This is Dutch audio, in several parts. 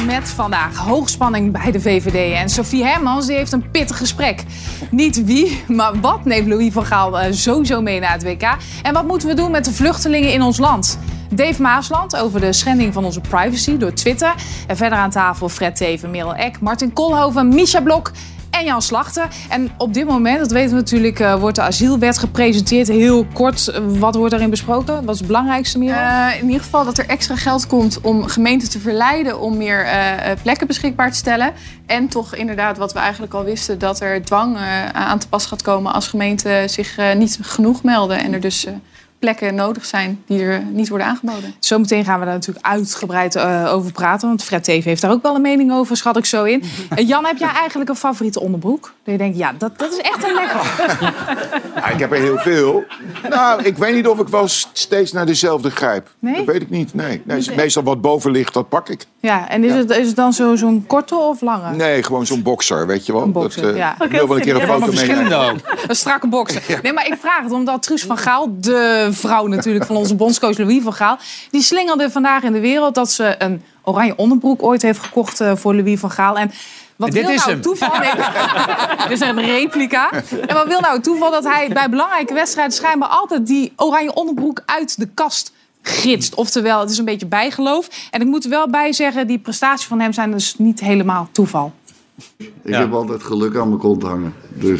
met vandaag hoogspanning bij de VVD. En Sophie Hermans die heeft een pittig gesprek. Niet wie, maar wat neemt Louis van Gaal sowieso mee naar het WK? En wat moeten we doen met de vluchtelingen in ons land? Dave Maasland over de schending van onze privacy door Twitter. En verder aan tafel Fred Teven, Merel Eck, Martin Koolhoven, Misha Blok en Jan Slachter. En op dit moment, dat weten we natuurlijk, wordt de asielwet gepresenteerd. Heel kort, wat wordt daarin besproken? Wat is het belangrijkste, Merel? In ieder geval dat er extra geld komt om gemeenten te verleiden om meer plekken beschikbaar te stellen. En toch inderdaad, wat we eigenlijk al wisten, dat er dwang aan te pas gaat komen als gemeenten zich niet genoeg melden. En er dus plekken nodig zijn die er niet worden aangeboden. Zometeen gaan we daar natuurlijk uitgebreid over praten. Want Fred Teven heeft daar ook wel een mening over, schat ik zo in. Jan, heb jij eigenlijk een favoriete onderbroek? Dat je denkt, ja, dat is echt een lekker. Ja, ik heb er heel veel. Nou, ik weet niet of ik wel steeds naar dezelfde grijp. Nee? Dat weet ik niet, nee. Meestal wat boven ligt, dat pak ik. Ja, en is het dan zo'n korte of lange? Nee, gewoon zo'n boxer, weet je wel. Een boxer, ja. Ik wil wel een keer een foto meenemen. Een strakke boxer. Ja. Nee, maar ik vraag het omdat Truus van Gaal, de vrouw natuurlijk van onze bondscoach Louis van Gaal, die slingerde vandaag in de wereld dat ze een oranje onderbroek ooit heeft gekocht voor Louis van Gaal. En wat wil nou het toeval? Nee, dit is een replica. En wat wil nou het toeval dat hij bij belangrijke wedstrijden schijnbaar altijd die oranje onderbroek uit de kast gidst. Oftewel, het is een beetje bijgeloof. En ik moet er wel bij zeggen, die prestaties van hem zijn dus niet helemaal toeval. Ik heb altijd geluk aan mijn kont hangen. Dus.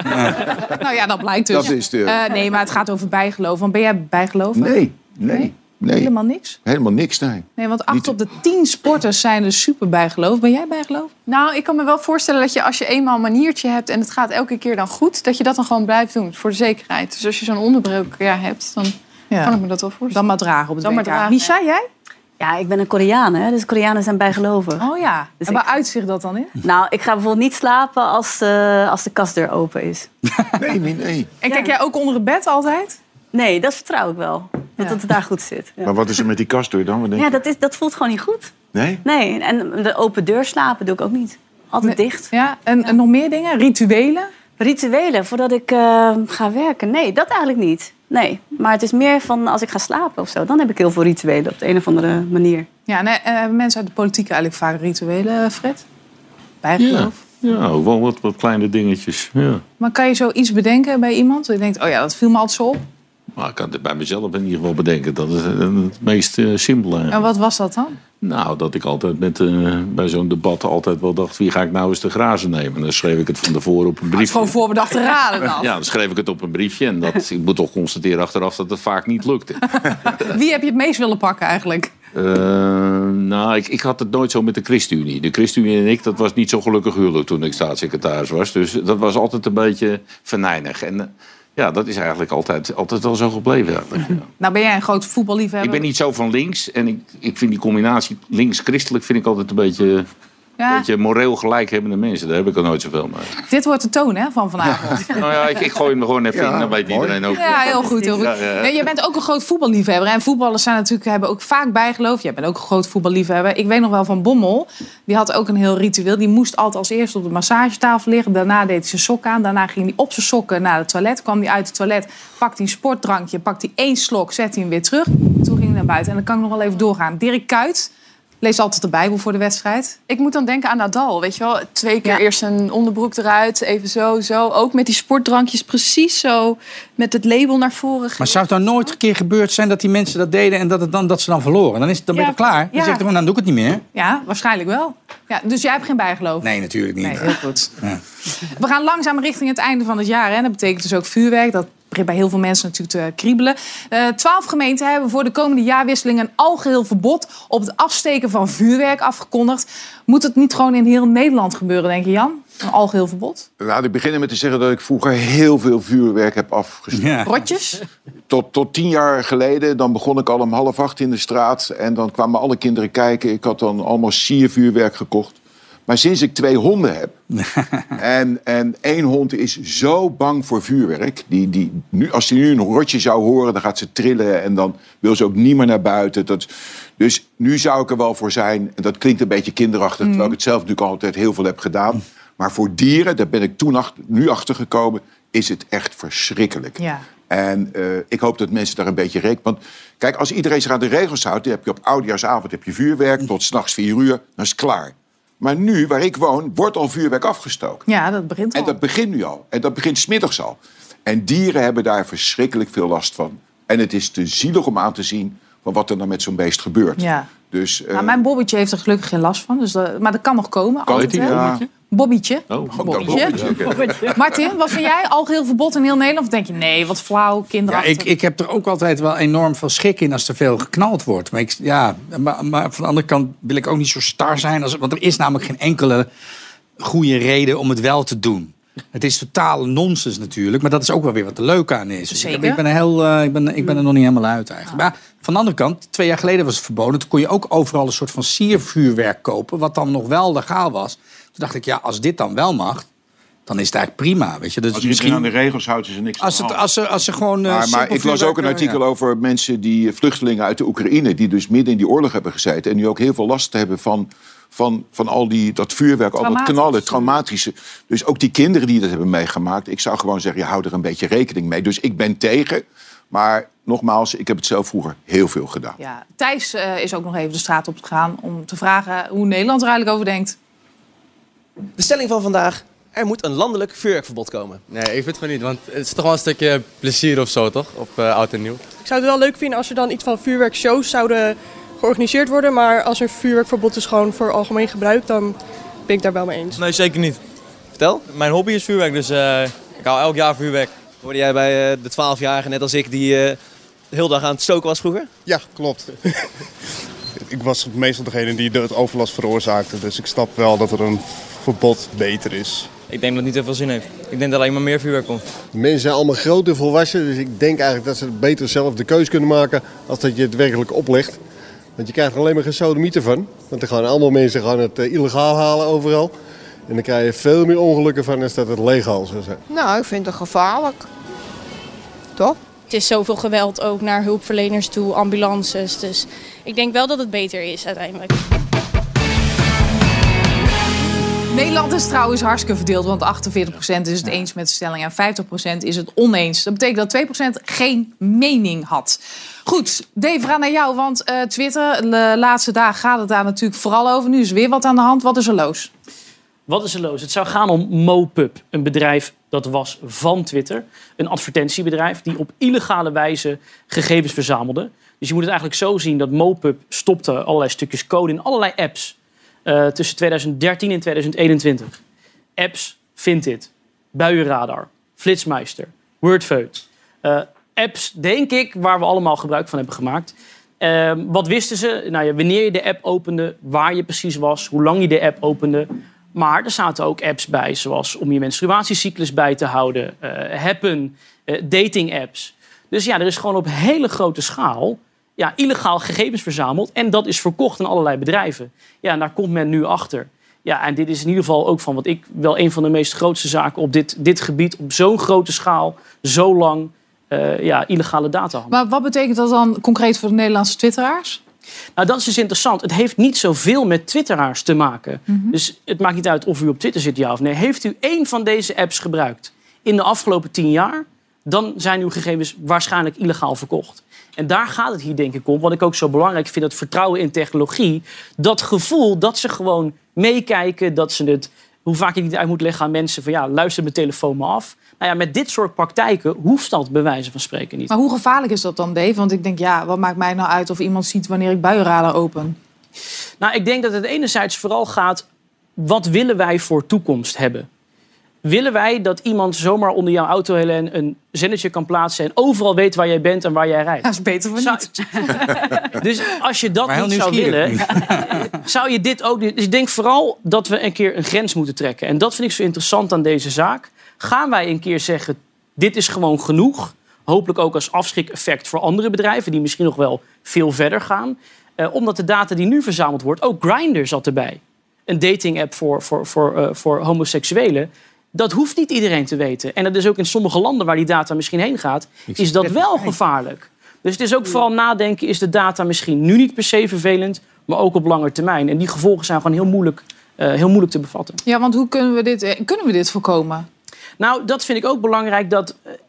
Nou ja, dat blijkt dus. Dat is nee, maar het gaat over bijgeloof. Want ben jij bijgelovig? Nee. Helemaal niks? Helemaal niks, nee. Nee, want 8 op de 10 sporters zijn dus super bijgeloof. Ben jij bijgeloof? Nou, ik kan me wel voorstellen dat je als je eenmaal een maniertje hebt en het gaat elke keer dan goed, dat je dat dan gewoon blijft doen, voor de zekerheid. Dus als je zo'n onderbroek hebt, dan kan ik me dat wel voorstellen. Dan maar dragen op het dan WK. Maar dragen. Misha, jij? Ja, ik ben een Koreaan, hè? Dus Koreanen zijn bijgelovig. Oh ja. Dus en waar uitzicht dat dan in? Nou, ik ga bijvoorbeeld niet slapen als de kastdeur open is. Nee. En kijk jij ook onder het bed altijd? Nee, dat vertrouw ik wel. Dat het daar goed zit. Ja. Maar wat is er met die kastdeur dan? Ja, dat voelt gewoon niet goed. Nee? Nee, en de open deur slapen doe ik ook niet. Altijd dicht. Ja, en nog meer dingen? Rituelen? Rituelen, voordat ik ga werken? Nee, dat eigenlijk niet. Nee, maar het is meer van als ik ga slapen of zo. Dan heb ik heel veel rituelen op de een of andere manier. Ja, en hebben mensen uit de politiek eigenlijk vaak rituelen, Fred? Bijgeloof? Ja, ook wel wat kleine dingetjes. Ja. Maar kan je zoiets bedenken bij iemand? Dat je denkt, oh ja, dat viel me altijd zo op. Maar ik kan het bij mezelf in ieder geval bedenken. Dat is het meest simpele. En wat was dat dan? Nou, dat ik altijd bij zo'n debat altijd wel dacht, wie ga ik nou eens te grazen nemen? Dan schreef ik het van tevoren op een briefje. Het is gewoon voorbedachte raden dan. Ja, dan schreef ik het op een briefje. En ik moet toch constateren achteraf dat het vaak niet lukte. Wie heb je het meest willen pakken eigenlijk? Nou, ik had het nooit zo met de ChristenUnie. De ChristenUnie en ik, dat was niet zo gelukkig huwelijk toen ik staatssecretaris was. Dus dat was altijd een beetje venijnig. En ja, dat is eigenlijk altijd wel zo gebleven. Eigenlijk, ja. Nou, ben jij een groot voetballiefhebber? Ik ben niet zo van links. En ik vind die combinatie links-christelijk vind ik altijd een beetje moreel gelijkhebbende mensen. Daar heb ik er nooit zoveel mee. Dit wordt de toon van vanavond. Nou ja, ik gooi hem er gewoon even in. Dan weet iedereen ook. Ja, heel goed. Heel goed. Ja. Nee, je bent ook een groot voetballiefhebber. En voetballers hebben ook vaak bijgeloof. Jij bent ook een groot voetballiefhebber. Ik weet nog wel van Bommel. Die had ook een heel ritueel. Die moest altijd als eerste op de massagetafel liggen. Daarna deed hij zijn sok aan. Daarna ging hij op zijn sokken naar het toilet. Kwam hij uit het toilet. Pakte hij een sportdrankje. Pakte hij 1 slok. Zette hij hem weer terug. Toen ging hij naar buiten. En dan kan ik nog wel even doorgaan. Dirk Kuyt leest altijd de Bijbel voor de wedstrijd. Ik moet dan denken aan Nadal, weet je wel. 2 keer eerst een onderbroek eruit, even zo. Ook met die sportdrankjes precies zo, met het label naar voren gaan. Maar zou het nou nooit een keer gebeurd zijn dat die mensen dat deden en dat ze dan verloren? Dan ben je klaar. Dan zeg je gewoon, dan doe ik het niet meer. Ja, waarschijnlijk wel. Ja, dus jij hebt geen bijgeloof? Nee, natuurlijk niet. Nee, heel goed. Ja. We gaan langzaam richting het einde van het jaar. Hè. Dat betekent dus ook vuurwerk. Dat begint bij heel veel mensen natuurlijk te kriebelen. 12 gemeenten hebben voor de komende jaarwisseling een algeheel verbod op het afsteken van vuurwerk afgekondigd. Moet het niet gewoon in heel Nederland gebeuren, denk je, Jan? Een algeheel verbod? Laat ik beginnen met te zeggen dat ik vroeger heel veel vuurwerk heb afgestoken. Ja. Rotjes? Tot 10 jaar geleden, dan begon ik al om 7:30 in de straat. En dan kwamen alle kinderen kijken. Ik had dan allemaal siervuurwerk gekocht. Maar sinds ik 2 honden heb... en 1 hond is zo bang voor vuurwerk. Als die nu een rotje zou horen, dan gaat ze trillen. En dan wil ze ook niet meer naar buiten. Dus nu zou ik er wel voor zijn. En dat klinkt een beetje kinderachtig, terwijl ik het zelf natuurlijk altijd heel veel heb gedaan. Maar voor dieren, daar ben ik nu achter gekomen, is het echt verschrikkelijk. Ja. En ik hoop dat mensen daar een beetje rekenen. Want kijk, als iedereen zich aan de regels houdt... dan heb je op oudejaarsavond heb je vuurwerk tot 's nachts 4 uur. Dan is het klaar. Maar nu, waar ik woon, wordt al vuurwerk afgestoken. Ja, dat begint al. En dat begint nu al. En dat begint 's middags al. En dieren hebben daar verschrikkelijk veel last van. En het is te zielig om aan te zien van wat er dan met zo'n beest gebeurt. Ja. Dus, Nou, mijn Bobbytje heeft er gelukkig geen last van. Dus maar dat kan nog komen. Kan het altijd, hè? Bobbytje. Bobbytje. Martin, wat vind jij? Algeheel verbod in heel Nederland? Of denk je, nee, wat flauw, kinderachtig? Ik heb er ook altijd wel enorm veel schik in als er veel geknald wordt. Maar van de andere kant wil ik ook niet zo star zijn. Want er is namelijk geen enkele goede reden om het wel te doen. Het is totale nonsens natuurlijk, maar dat is ook wel weer wat er leuk aan is. Zeker. Ik ben er nog niet helemaal uit eigenlijk. Maar van de andere kant, 2 jaar geleden was het verboden. Toen kon je ook overal een soort van siervuurwerk kopen, wat dan nog wel legaal was. Toen dacht ik, ja, als dit dan wel mag, dan is het eigenlijk prima. Weet je? Dus als je aan de regels houdt, is er niks als ze gewoon... Maar ik las ook een artikel over mensen die vluchtelingen uit de Oekraïne... die dus midden in die oorlog hebben gezeten... en nu ook heel veel last hebben van al dat vuurwerk, al dat knallen, traumatische. Dus ook die kinderen die dat hebben meegemaakt... ik zou gewoon zeggen, hou er een beetje rekening mee. Dus ik ben tegen, maar nogmaals, ik heb het zelf vroeger heel veel gedaan. Ja, Thijs is ook nog even de straat op gegaan om te vragen hoe Nederland er eigenlijk over denkt. De stelling van vandaag: er moet een landelijk vuurwerkverbod komen. Nee, ik vind het van niet, want het is toch wel een stukje plezier of zo, toch? Op oud en nieuw. Ik zou het wel leuk vinden als er dan iets van vuurwerkshows zouden georganiseerd worden. Maar als er vuurwerkverbod is gewoon voor algemeen gebruik, dan ben ik daar wel mee eens. Nee, zeker niet. Vertel. Mijn hobby is vuurwerk, dus ik hou elk jaar vuurwerk. Hoorde jij bij de 12-jarige, net als ik, die de hele dag aan het stoken was vroeger? Ja, klopt. Ik was meestal degene die het overlast veroorzaakte. Dus ik snap wel dat er een verbod beter is. Ik denk dat het niet heel veel zin heeft. Ik denk dat alleen maar meer vuurwerk komt. De mensen zijn allemaal groot en volwassen. Dus ik denk eigenlijk dat ze beter zelf de keus kunnen maken als dat je het werkelijk oplegt. Want je krijgt er alleen maar geen sodomieten van. Want er gaan allemaal mensen gaan het illegaal halen overal. En dan krijg je veel meer ongelukken van als dat het legaal zou zijn. Nou, ik vind het gevaarlijk. Toch? Het is zoveel geweld ook naar hulpverleners toe, ambulances. Dus ik denk wel dat het beter is uiteindelijk. Nederland is trouwens hartstikke verdeeld, want 48% is het eens met de stelling en 50% is het oneens. Dat betekent dat 2% geen mening had. Goed, Dave, we gaan naar jou, want Twitter, de laatste dagen gaat het daar natuurlijk vooral over. Nu is er weer wat aan de hand. Wat is er los? Wat is er los? Het zou gaan om MoPub, een bedrijf dat was van Twitter. Een advertentiebedrijf die op illegale wijze gegevens verzamelde. Dus je moet het eigenlijk zo zien dat MoPub stopte allerlei stukjes code in allerlei apps. Tussen 2013 en 2021. Apps, Vinted, Buienradar, Flitsmeister, Wordfeud. Apps, denk ik, waar we allemaal gebruik van hebben gemaakt. Wat wisten ze? Nou ja, wanneer je de app opende, waar je precies was, hoe lang je de app opende. Maar er zaten ook apps bij, zoals om je menstruatiecyclus bij te houden. Happen, dating apps. Dus ja, er is gewoon op hele grote schaal illegaal gegevens verzameld. En dat is verkocht aan allerlei bedrijven. Ja, en daar komt men nu achter. Ja, en dit is in ieder geval ook van wat ik wel een van de meest grootste zaken op dit gebied. Op zo'n grote schaal, zo lang illegale data. Maar wat betekent dat dan concreet voor de Nederlandse twitteraars? Nou, dat is dus interessant. Het heeft niet zoveel met twitteraars te maken. Mm-hmm. Dus het maakt niet uit of u op Twitter zit, ja of nee. Heeft u één van deze apps gebruikt in de afgelopen 10 jaar... dan zijn uw gegevens waarschijnlijk illegaal verkocht. En daar gaat het hier denk ik om. Wat ik ook zo belangrijk vind, dat vertrouwen in technologie. Dat gevoel dat ze gewoon meekijken, dat ze het... Hoe vaak je niet uit moet leggen aan mensen van luister mijn telefoon maar af. Nou ja, met dit soort praktijken hoeft dat bij wijze van spreken niet. Maar hoe gevaarlijk is dat dan, Dave? Want ik denk, wat maakt mij nou uit of iemand ziet wanneer ik Buienradar open? Nou, ik denk dat het enerzijds vooral gaat, wat willen wij voor toekomst hebben? Willen wij dat iemand zomaar onder jouw auto een zendertje kan plaatsen en overal weet waar jij bent en waar jij rijdt? Dat is beter voor niet. Dus als je dat niet zou willen, zou je dit ook niet... Dus ik denk vooral dat we een keer een grens moeten trekken. En dat vind ik zo interessant aan deze zaak. Gaan wij een keer zeggen, dit is gewoon genoeg. Hopelijk ook als afschrik-effect voor andere bedrijven die misschien nog wel veel verder gaan. Omdat de data die nu verzameld wordt, ook Grindr zat erbij. Een dating-app voor homoseksuelen. Dat hoeft niet iedereen te weten. En dat is ook in sommige landen waar die data misschien heen gaat, is dat wel gevaarlijk. Dus het is ook vooral nadenken, is de data misschien nu niet per se vervelend, maar ook op lange termijn. En die gevolgen zijn gewoon heel moeilijk te bevatten. Ja, want hoe kunnen we dit voorkomen? Nou, dat vind ik ook belangrijk. Dat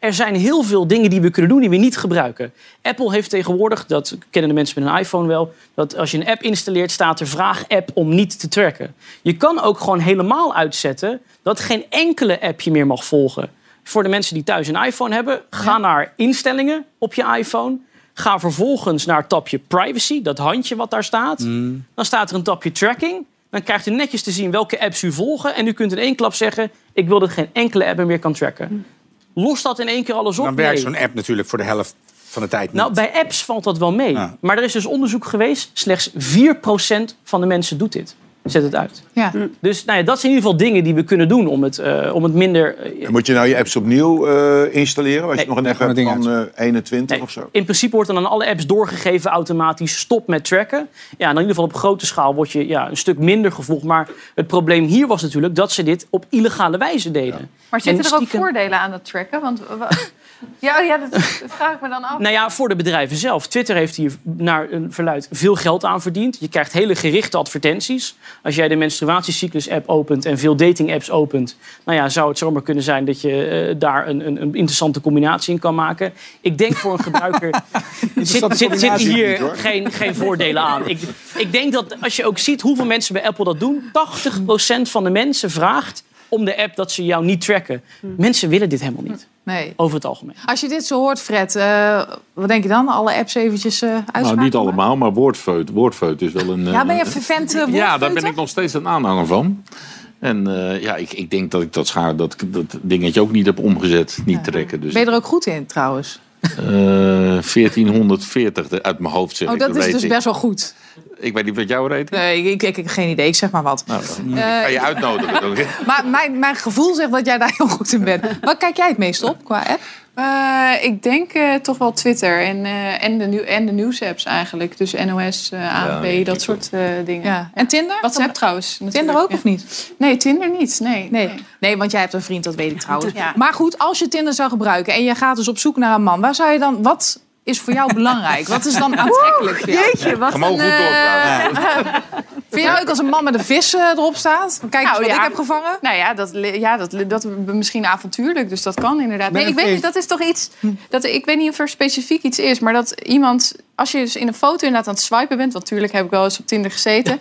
er zijn heel veel dingen die we kunnen doen die we niet gebruiken. Apple heeft tegenwoordig, dat kennen de mensen met een iPhone wel, dat als je een app installeert staat er vraag-app om niet te tracken. Je kan ook gewoon helemaal uitzetten dat geen enkele app je meer mag volgen. Voor de mensen die thuis een iPhone hebben, ga naar instellingen op je iPhone. Ga vervolgens naar het tapje privacy, dat handje wat daar staat. Dan staat er een tapje tracking. Dan krijgt u netjes te zien welke apps u volgen. En u kunt in één klap zeggen, ik wil dat geen enkele app meer kan tracken. Lost dat in één keer alles op? Dan werkt zo'n app natuurlijk voor de helft van de tijd niet. Nou, bij apps valt dat wel mee. Ja. Maar er is dus onderzoek geweest. Slechts 4% van de mensen doet dit. Zet het uit. Ja. Dus nou ja, dat zijn in ieder geval dingen die we kunnen doen om het minder... Moet je nou je apps opnieuw installeren? Als je nog een app hebt van 21 of zo? In principe wordt dan aan alle apps doorgegeven automatisch stop met tracken. Ja, en in ieder geval op grote schaal word je een stuk minder gevolgd. Maar het probleem hier was natuurlijk dat ze dit op illegale wijze deden. Ja. Maar zitten er ook voordelen aan het tracken? Want ja, dat vraag ik me dan af. Nou ja, voor de bedrijven zelf. Twitter heeft hier naar een verluid veel geld aan verdiend. Je krijgt hele gerichte advertenties. Als jij de menstruatiecyclus-app opent en veel dating-apps opent... nou ja, zou het zomaar kunnen zijn dat je daar een interessante combinatie in kan maken. Ik denk voor een gebruiker zitten hier geen voordelen aan. Ik denk dat als je ook ziet hoeveel mensen bij Apple dat doen... 80% van de mensen vraagt om de app dat ze jou niet tracken. Mensen willen dit helemaal niet. Nee. Over het algemeen. Als je dit zo hoort, Fred, wat denk je dan? Alle apps eventjes uitspraken? Nou, niet allemaal, maar Woordfeut is wel een... Ja, ben je vervent woordfeuter? Ja, daar ben ik nog steeds een aanhanger van. En ik denk dat ik dat dingetje ook niet heb omgezet, niet trekken. Dus ben je er ook goed in, trouwens? 1440 uit mijn hoofd zeg ik. Dat is dus best wel goed. Ik weet niet wat jouw rating is. Nee, ik heb geen idee. Ik zeg maar wat. Nou, ik ga je uitnodigen. Maar mijn gevoel zegt dat jij daar heel goed in bent. Wat kijk jij het meest op qua app? Ik denk toch wel Twitter en de nieuwsapps eigenlijk. Dus NOS, ANP, dat soort dingen. Ja. En Tinder? WhatsApp trouwens. Tinder ook of niet? Nee, Tinder niet. Nee, want jij hebt een vriend, dat weet ik trouwens. Ja. Maar goed, als je Tinder zou gebruiken en je gaat dus op zoek naar een man, waar zou je dan... Wat is voor jou belangrijk? Wat is dan aantrekkelijk voor jou? Jeetje, wat gewoon goed doorvragen. Vind je leuk als een man met een vis erop staat? Kijk eens wat ik heb gevangen. Nou ja, dat misschien avontuurlijk. Dus dat kan inderdaad. Nee, ik weet niet, dat is toch iets... Ik weet niet of er specifiek iets is. Maar dat iemand... Als je dus in een foto inderdaad aan het swipen bent... want natuurlijk heb ik wel eens op Tinder gezeten...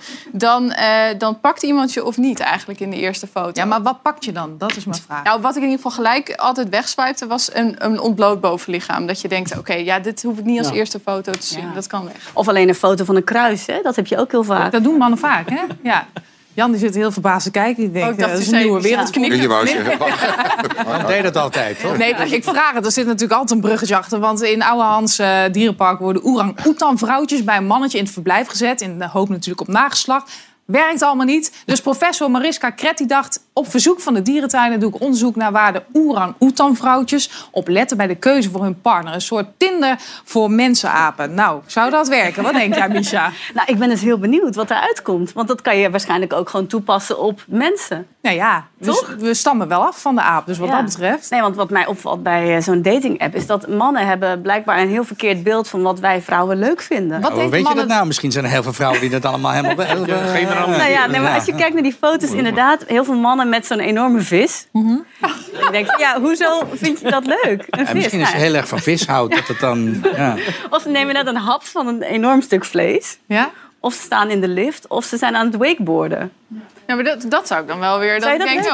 dan pakt iemand je of niet eigenlijk in de eerste foto. Ja, maar wat pakt je dan? Dat is mijn vraag. Nou, wat ik in ieder geval gelijk altijd wegswipte... was een ontbloot bovenlichaam. Dat je denkt, oké, dit hoef ik niet als eerste foto te zien. Ja. Dat kan weg. Of alleen een foto van een kruis, hè? Dat heb je ook heel vaak. Dat doen mannen vaak, hè? Ja. Jan die zit heel verbaasd te kijken. Die denkt, dat is een nieuwe wereld. Je wou zeggen, Dan deed dat altijd, hoor. Nee, ik vraag het. Er zit natuurlijk altijd een bruggetje achter. Want in Oude Hans Dierenpark worden orang-oetan vrouwtjes bij een mannetje in het verblijf gezet. In de hoop natuurlijk op nageslacht. Werkt allemaal niet. Dus professor Mariska Kret die dacht... op verzoek van de dierentuinen doe ik onderzoek naar waar de orang-oetan vrouwtjes op letten bij de keuze voor hun partner. Een soort Tinder voor mensenapen. Nou, zou dat werken? Wat denk jij, Misha? Nou, ik ben dus heel benieuwd wat eruit komt. Want dat kan je waarschijnlijk ook gewoon toepassen op mensen. Nou ja, we stammen wel af van de aap. Dus wat dat betreft... Nee, want wat mij opvalt bij zo'n dating-app... is dat mannen hebben blijkbaar een heel verkeerd beeld... van wat wij vrouwen leuk vinden. Weet je dat nou? Misschien zijn er heel veel vrouwen die dat allemaal helemaal... maar als je kijkt naar die foto's, inderdaad... heel veel mannen met zo'n enorme vis. En je denkt, hoezo vind je dat leuk? Een vis. Misschien is je heel erg van vis houdt. Dat het dan, Of ze nemen net een hap van een enorm stuk vlees. Ja? Of ze staan in de lift. Of ze zijn aan het wakeboarden. Ja, maar dat zou ik dan wel weer... Dan denk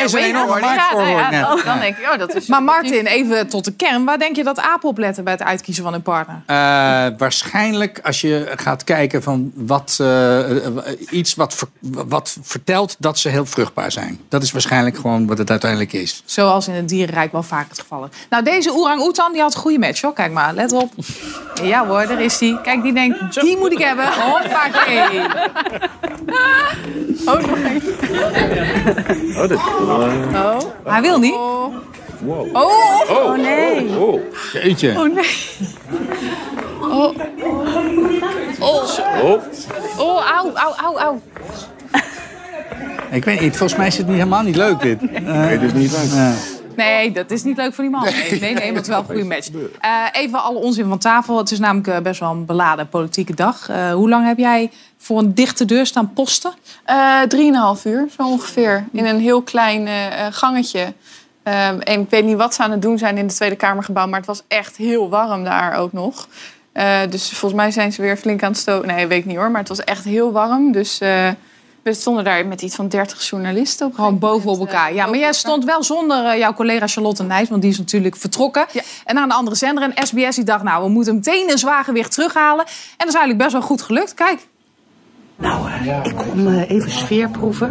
ik, dat is... Maar Martin, even tot de kern. Waar denk je dat apen op letten bij het uitkiezen van hun partner? Waarschijnlijk als je gaat kijken van iets wat vertelt dat ze heel vruchtbaar zijn. Dat is waarschijnlijk gewoon wat het uiteindelijk is. Zoals in het dierenrijk wel vaak het geval is. Nou, deze orang-oetan die had een goede match, hoor. Kijk maar, let op. Ja hoor, daar is die. Kijk, die denkt, die moet ik hebben. Hoppakee. Hij wil niet. Wow. Oh nee. Jeetje. Oh nee. Auw. Ik weet niet, volgens mij is het helemaal niet leuk dit. Nee, dit is niet leuk. Nee, dat is niet leuk voor die man. Nee, maar het is wel een goede match. Even alle onzin van tafel. Het is namelijk best wel een beladen politieke dag. Hoe lang heb jij voor een dichte deur staan posten? 3,5 uur, zo ongeveer. In een heel klein gangetje. En ik weet niet wat ze aan het doen zijn in het Tweede Kamergebouw... maar het was echt heel warm daar ook nog. Dus volgens mij zijn ze weer flink aan het stoken. Nee, weet ik niet hoor, maar het was echt heel warm. Dus we stonden daar met iets van 30 journalisten op. Gewoon bovenop elkaar. Ja, maar jij stond wel zonder jouw collega Charlotte Nijs... want die is natuurlijk vertrokken. Ja. En aan een andere zender, een SBS, die dacht... nou, we moeten meteen een zwaargewicht terughalen. En dat is eigenlijk best wel goed gelukt. Kijk. Nou, ik kom even sfeerproeven.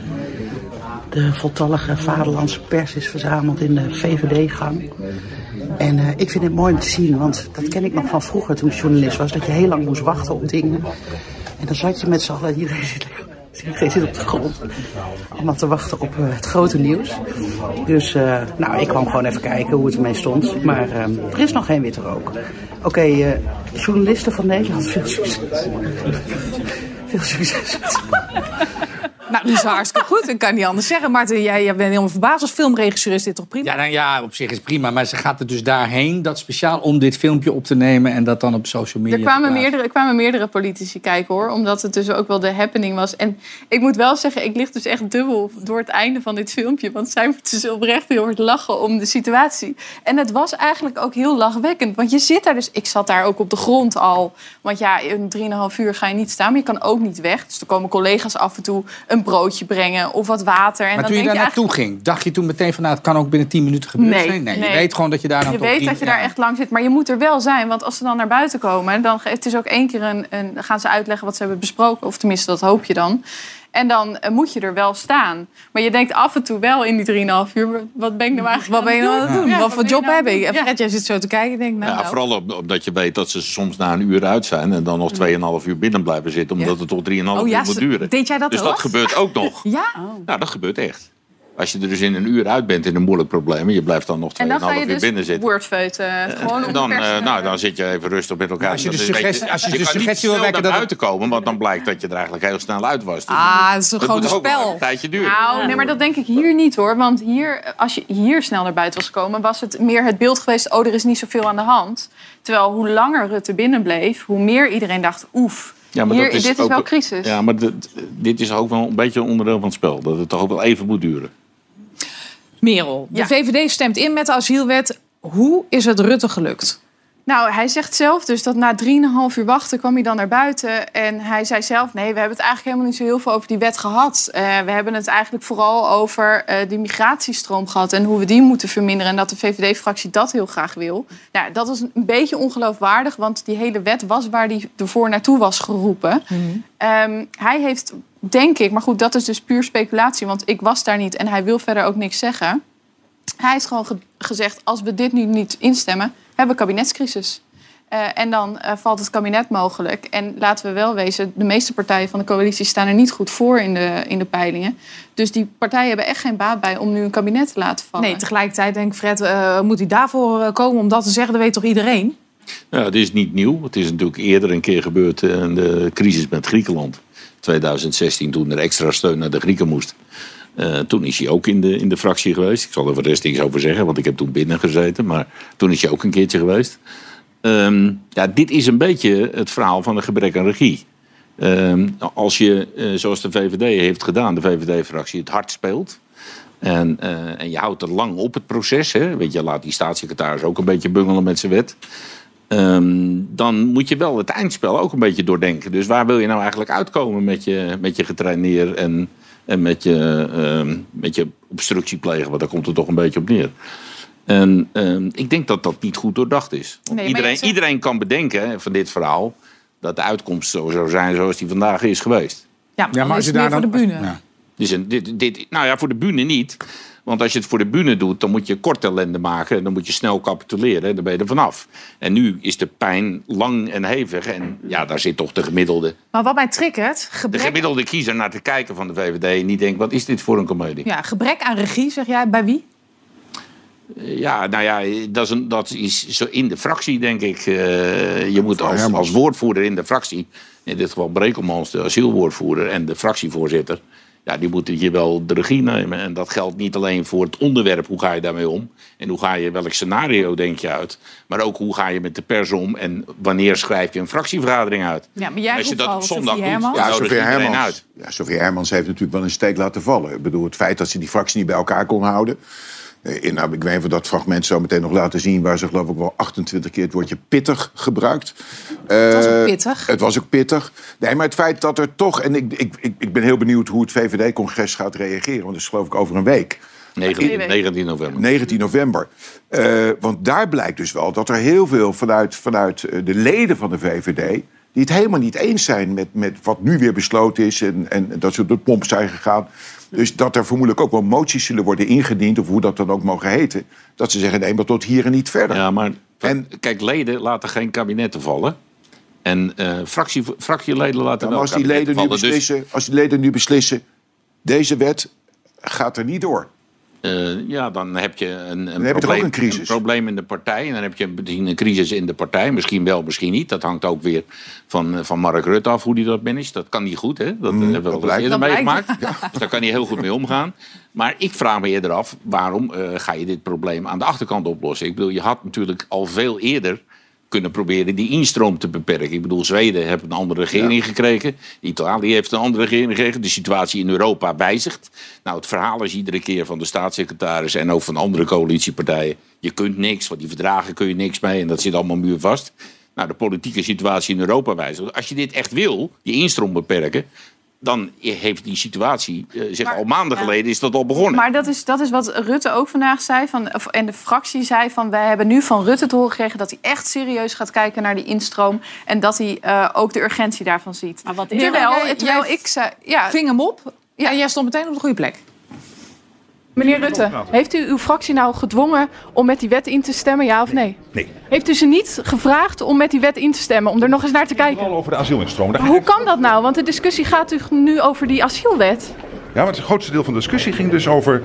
De voltallige vaderlandse pers is verzameld in de VVD-gang. En ik vind het mooi om te zien, want dat ken ik nog van vroeger toen ik journalist was... dat je heel lang moest wachten op dingen. En dan zat je met z'n allen, iedereen zit op de grond... allemaal te wachten op het grote nieuws. Dus ik kwam gewoon even kijken hoe het ermee stond. Maar er is nog geen witte rook. Oké, journalisten van Nederland, veel succes. Veel succes. Nou, dat is hartstikke goed. Ik kan niet anders zeggen. Maarten, jij bent helemaal verbaasd als filmregisseur. Is dit toch prima? Ja, op zich is het prima. Maar ze gaat er dus daarheen, dat speciaal om dit filmpje op te nemen... en dat dan op social media Er kwamen meerdere politici kijken, hoor. Omdat het dus ook wel de happening was. En ik moet wel zeggen, ik lig dus echt dubbel door het einde van dit filmpje. Want zij moet dus oprecht heel hard lachen om de situatie. En het was eigenlijk ook heel lachwekkend. Want je zit daar dus... Ik zat daar ook op de grond al. Want ja, in 3,5 uur ga je niet staan. Maar je kan ook niet weg. Dus er komen collega's af en toe... een broodje brengen of wat water. En maar dan toen je daar naartoe ging, dacht je toen meteen van... nou, het kan ook binnen 10 minuten gebeuren? Nee. Je weet gewoon dat je daar dan je weet dat je daar echt lang zit, maar je moet er wel zijn. Want als ze dan naar buiten komen... dan het is ook 1 keer gaan ze uitleggen wat ze hebben besproken. Of tenminste, dat hoop je dan. En dan moet je er wel staan. Maar je denkt af en toe wel in die 3,5 uur... wat ben ik nou eigenlijk wat ben je nou aan het doen? Ja, wat voor job heb ik? En Fred, jij zit zo te kijken. Denk, nou. Vooral omdat je weet dat ze soms na 1 uur uit zijn... en dan nog 2,5 uur binnen blijven zitten... omdat het tot 3,5 uur moet duren. Deed jij dat dus ook? Dat gebeurt ook nog. Ja? Nou, dat gebeurt echt. Als je er dus in 1 uur uit bent in een moeilijk probleem... en je blijft dan nog 2,5 uur dus binnen zitten... dan zit je even rustig met elkaar. Als je de suggestie wil wekken... naar buiten komen, want dan blijkt dat je er eigenlijk heel snel uit was. Dus dat is gewoon een spel. Een tijdje duren. Nou, nee, maar dat denk ik hier niet, hoor. Want hier, als je hier snel naar buiten was gekomen... was het meer het beeld geweest... er is niet zoveel aan de hand. Terwijl hoe langer Rutte binnen bleef... hoe meer iedereen dacht, oef... Ja, maar dit is wel crisis. Ja, maar dit is ook wel een beetje een onderdeel van het spel. Dat het toch ook wel even moet duren. Merel, de VVD stemt in met de asielwet. Hoe is het Rutte gelukt? Nou, hij zegt zelf dus dat na 3,5 uur wachten kwam hij dan naar buiten. En hij zei zelf, nee, we hebben het eigenlijk helemaal niet zo heel veel over die wet gehad. We hebben het eigenlijk vooral over die migratiestroom gehad... en hoe we die moeten verminderen. En dat de VVD-fractie dat heel graag wil. Nou, dat is een beetje ongeloofwaardig, want die hele wet was waar hij ervoor naartoe was geroepen. Hij heeft, denk ik, maar goed, dat is dus puur speculatie... want ik was daar niet en hij wil verder ook niks zeggen. Hij heeft gewoon gezegd, als we dit nu niet instemmen... hebben we kabinetscrisis. En dan valt het kabinet mogelijk. En laten we wel wezen, de meeste partijen van de coalitie... staan er niet goed voor in de peilingen. Dus die partijen hebben echt geen baat bij om nu een kabinet te laten vallen. Nee, tegelijkertijd denk ik, Fred, moet hij daarvoor komen om dat te zeggen? Dat weet toch iedereen? Ja, het is niet nieuw. Het is natuurlijk eerder een keer gebeurd in de crisis met Griekenland. 2016, toen er extra steun naar de Grieken moest. Toen is hij ook in de fractie geweest. Ik zal er voor de rest niks over zeggen, want ik heb toen binnen gezeten. Maar toen is hij ook een keertje geweest. Dit is een beetje het verhaal van een gebrek aan regie. Als je, zoals de VVD heeft gedaan, de VVD-fractie, het hard speelt... En je houdt er lang op het proces. Hè? Weet je, laat die staatssecretaris ook een beetje bungelen met zijn wet. Dan moet je wel het eindspel ook een beetje doordenken. Dus waar wil je nou eigenlijk uitkomen met je getraineer... en met je obstructie plegen, want daar komt het toch een beetje op neer. En ik denk dat dat niet goed doordacht is. Iedereen kan bedenken van dit verhaal... dat de uitkomst zo zou zijn zoals die vandaag is geweest. Ja, maar als je daar voor de bühne. Ja. Voor de bühne niet. Want als je het voor de bühne doet, dan moet je kort ellende maken... en dan moet je snel capituleren en dan ben je er vanaf. En nu is de pijn lang en hevig. En ja, daar zit toch de gemiddelde... Maar wat mij triggert... De gemiddelde kiezer naar te kijken van de VVD... en die denkt, wat is dit voor een komedie? Ja, gebrek aan regie, zeg jij. Bij wie? Dat is zo in de fractie, denk ik. Je moet als woordvoerder in de fractie... in dit geval Brekelmans, de asielwoordvoerder... en de fractievoorzitter... Ja, die moeten hier wel de regie nemen. En dat geldt niet alleen voor het onderwerp, hoe ga je daarmee om? En welk scenario denk je uit? Maar ook hoe ga je met de pers om? En wanneer schrijf je een fractievergadering uit? Ja, maar jij als je dat op zondag doet, Sophie Hermans heeft natuurlijk wel een steek laten vallen. Ik bedoel, het feit dat ze die fractie niet bij elkaar kon houden... Nou, ik weet even dat fragment zo meteen nog laten zien... waar ze geloof ik wel 28 keer het woordje pittig gebruikt. Het was ook pittig. Het was ook pittig. Nee, maar het feit dat er toch... En ik ben heel benieuwd hoe het VVD-congres gaat reageren. Want dat is geloof ik over een week. 19 november. 19 november. Want daar blijkt dus wel dat er heel veel vanuit de leden van de VVD... die het helemaal niet eens zijn met wat nu weer besloten is... en dat ze door de pomp zijn gegaan. Dus dat er vermoedelijk ook wel moties zullen worden ingediend... of hoe dat dan ook mogen heten. Dat ze zeggen, nee, maar tot hier en niet verder. Ja, maar kijk, leden laten geen kabinetten vallen. En fractieleden laten wel kabinetten vallen. Als die leden nu beslissen... deze wet gaat er niet door... dan heb je een probleem in de partij. En dan heb je een crisis in de partij. Misschien wel, misschien niet. Dat hangt ook weer van Mark Rutte af hoe hij dat managt. Dat kan niet goed, hè? Dat hebben we al eerder meegemaakt. Ja. Dus daar kan hij heel goed mee omgaan. Maar ik vraag me eerder af, waarom ga je dit probleem aan de achterkant oplossen? Ik bedoel, je had natuurlijk al veel eerder kunnen proberen die instroom te beperken. Ik bedoel, Zweden heeft een andere regering gekregen. Italië heeft een andere regering gekregen. De situatie in Europa wijzigt. Nou, het verhaal is iedere keer van de staatssecretaris... en ook van andere coalitiepartijen... je kunt niks, want die verdragen kun je niks mee... en dat zit allemaal muurvast. Nou, de politieke situatie in Europa wijzigt. Als je dit echt wil, die instroom beperken... dan heeft die situatie, al maanden geleden is dat al begonnen. Maar dat is wat Rutte ook vandaag zei. En de fractie zei van... wij hebben nu van Rutte te horen gekregen... dat hij echt serieus gaat kijken naar die instroom... en dat hij ook de urgentie daarvan ziet. Maar wat is terwijl ik zei... Ja, ving hem op en jij stond meteen op de goede plek. Meneer Rutte, heeft u uw fractie nou gedwongen om met die wet in te stemmen, ja of nee? Nee. Heeft u ze niet gevraagd om met die wet in te stemmen, om er nog eens naar te kijken? Over de asielinstroom. Hoe kan dat nou? Want de discussie gaat nu over die asielwet. Ja, maar het grootste deel van de discussie ging dus over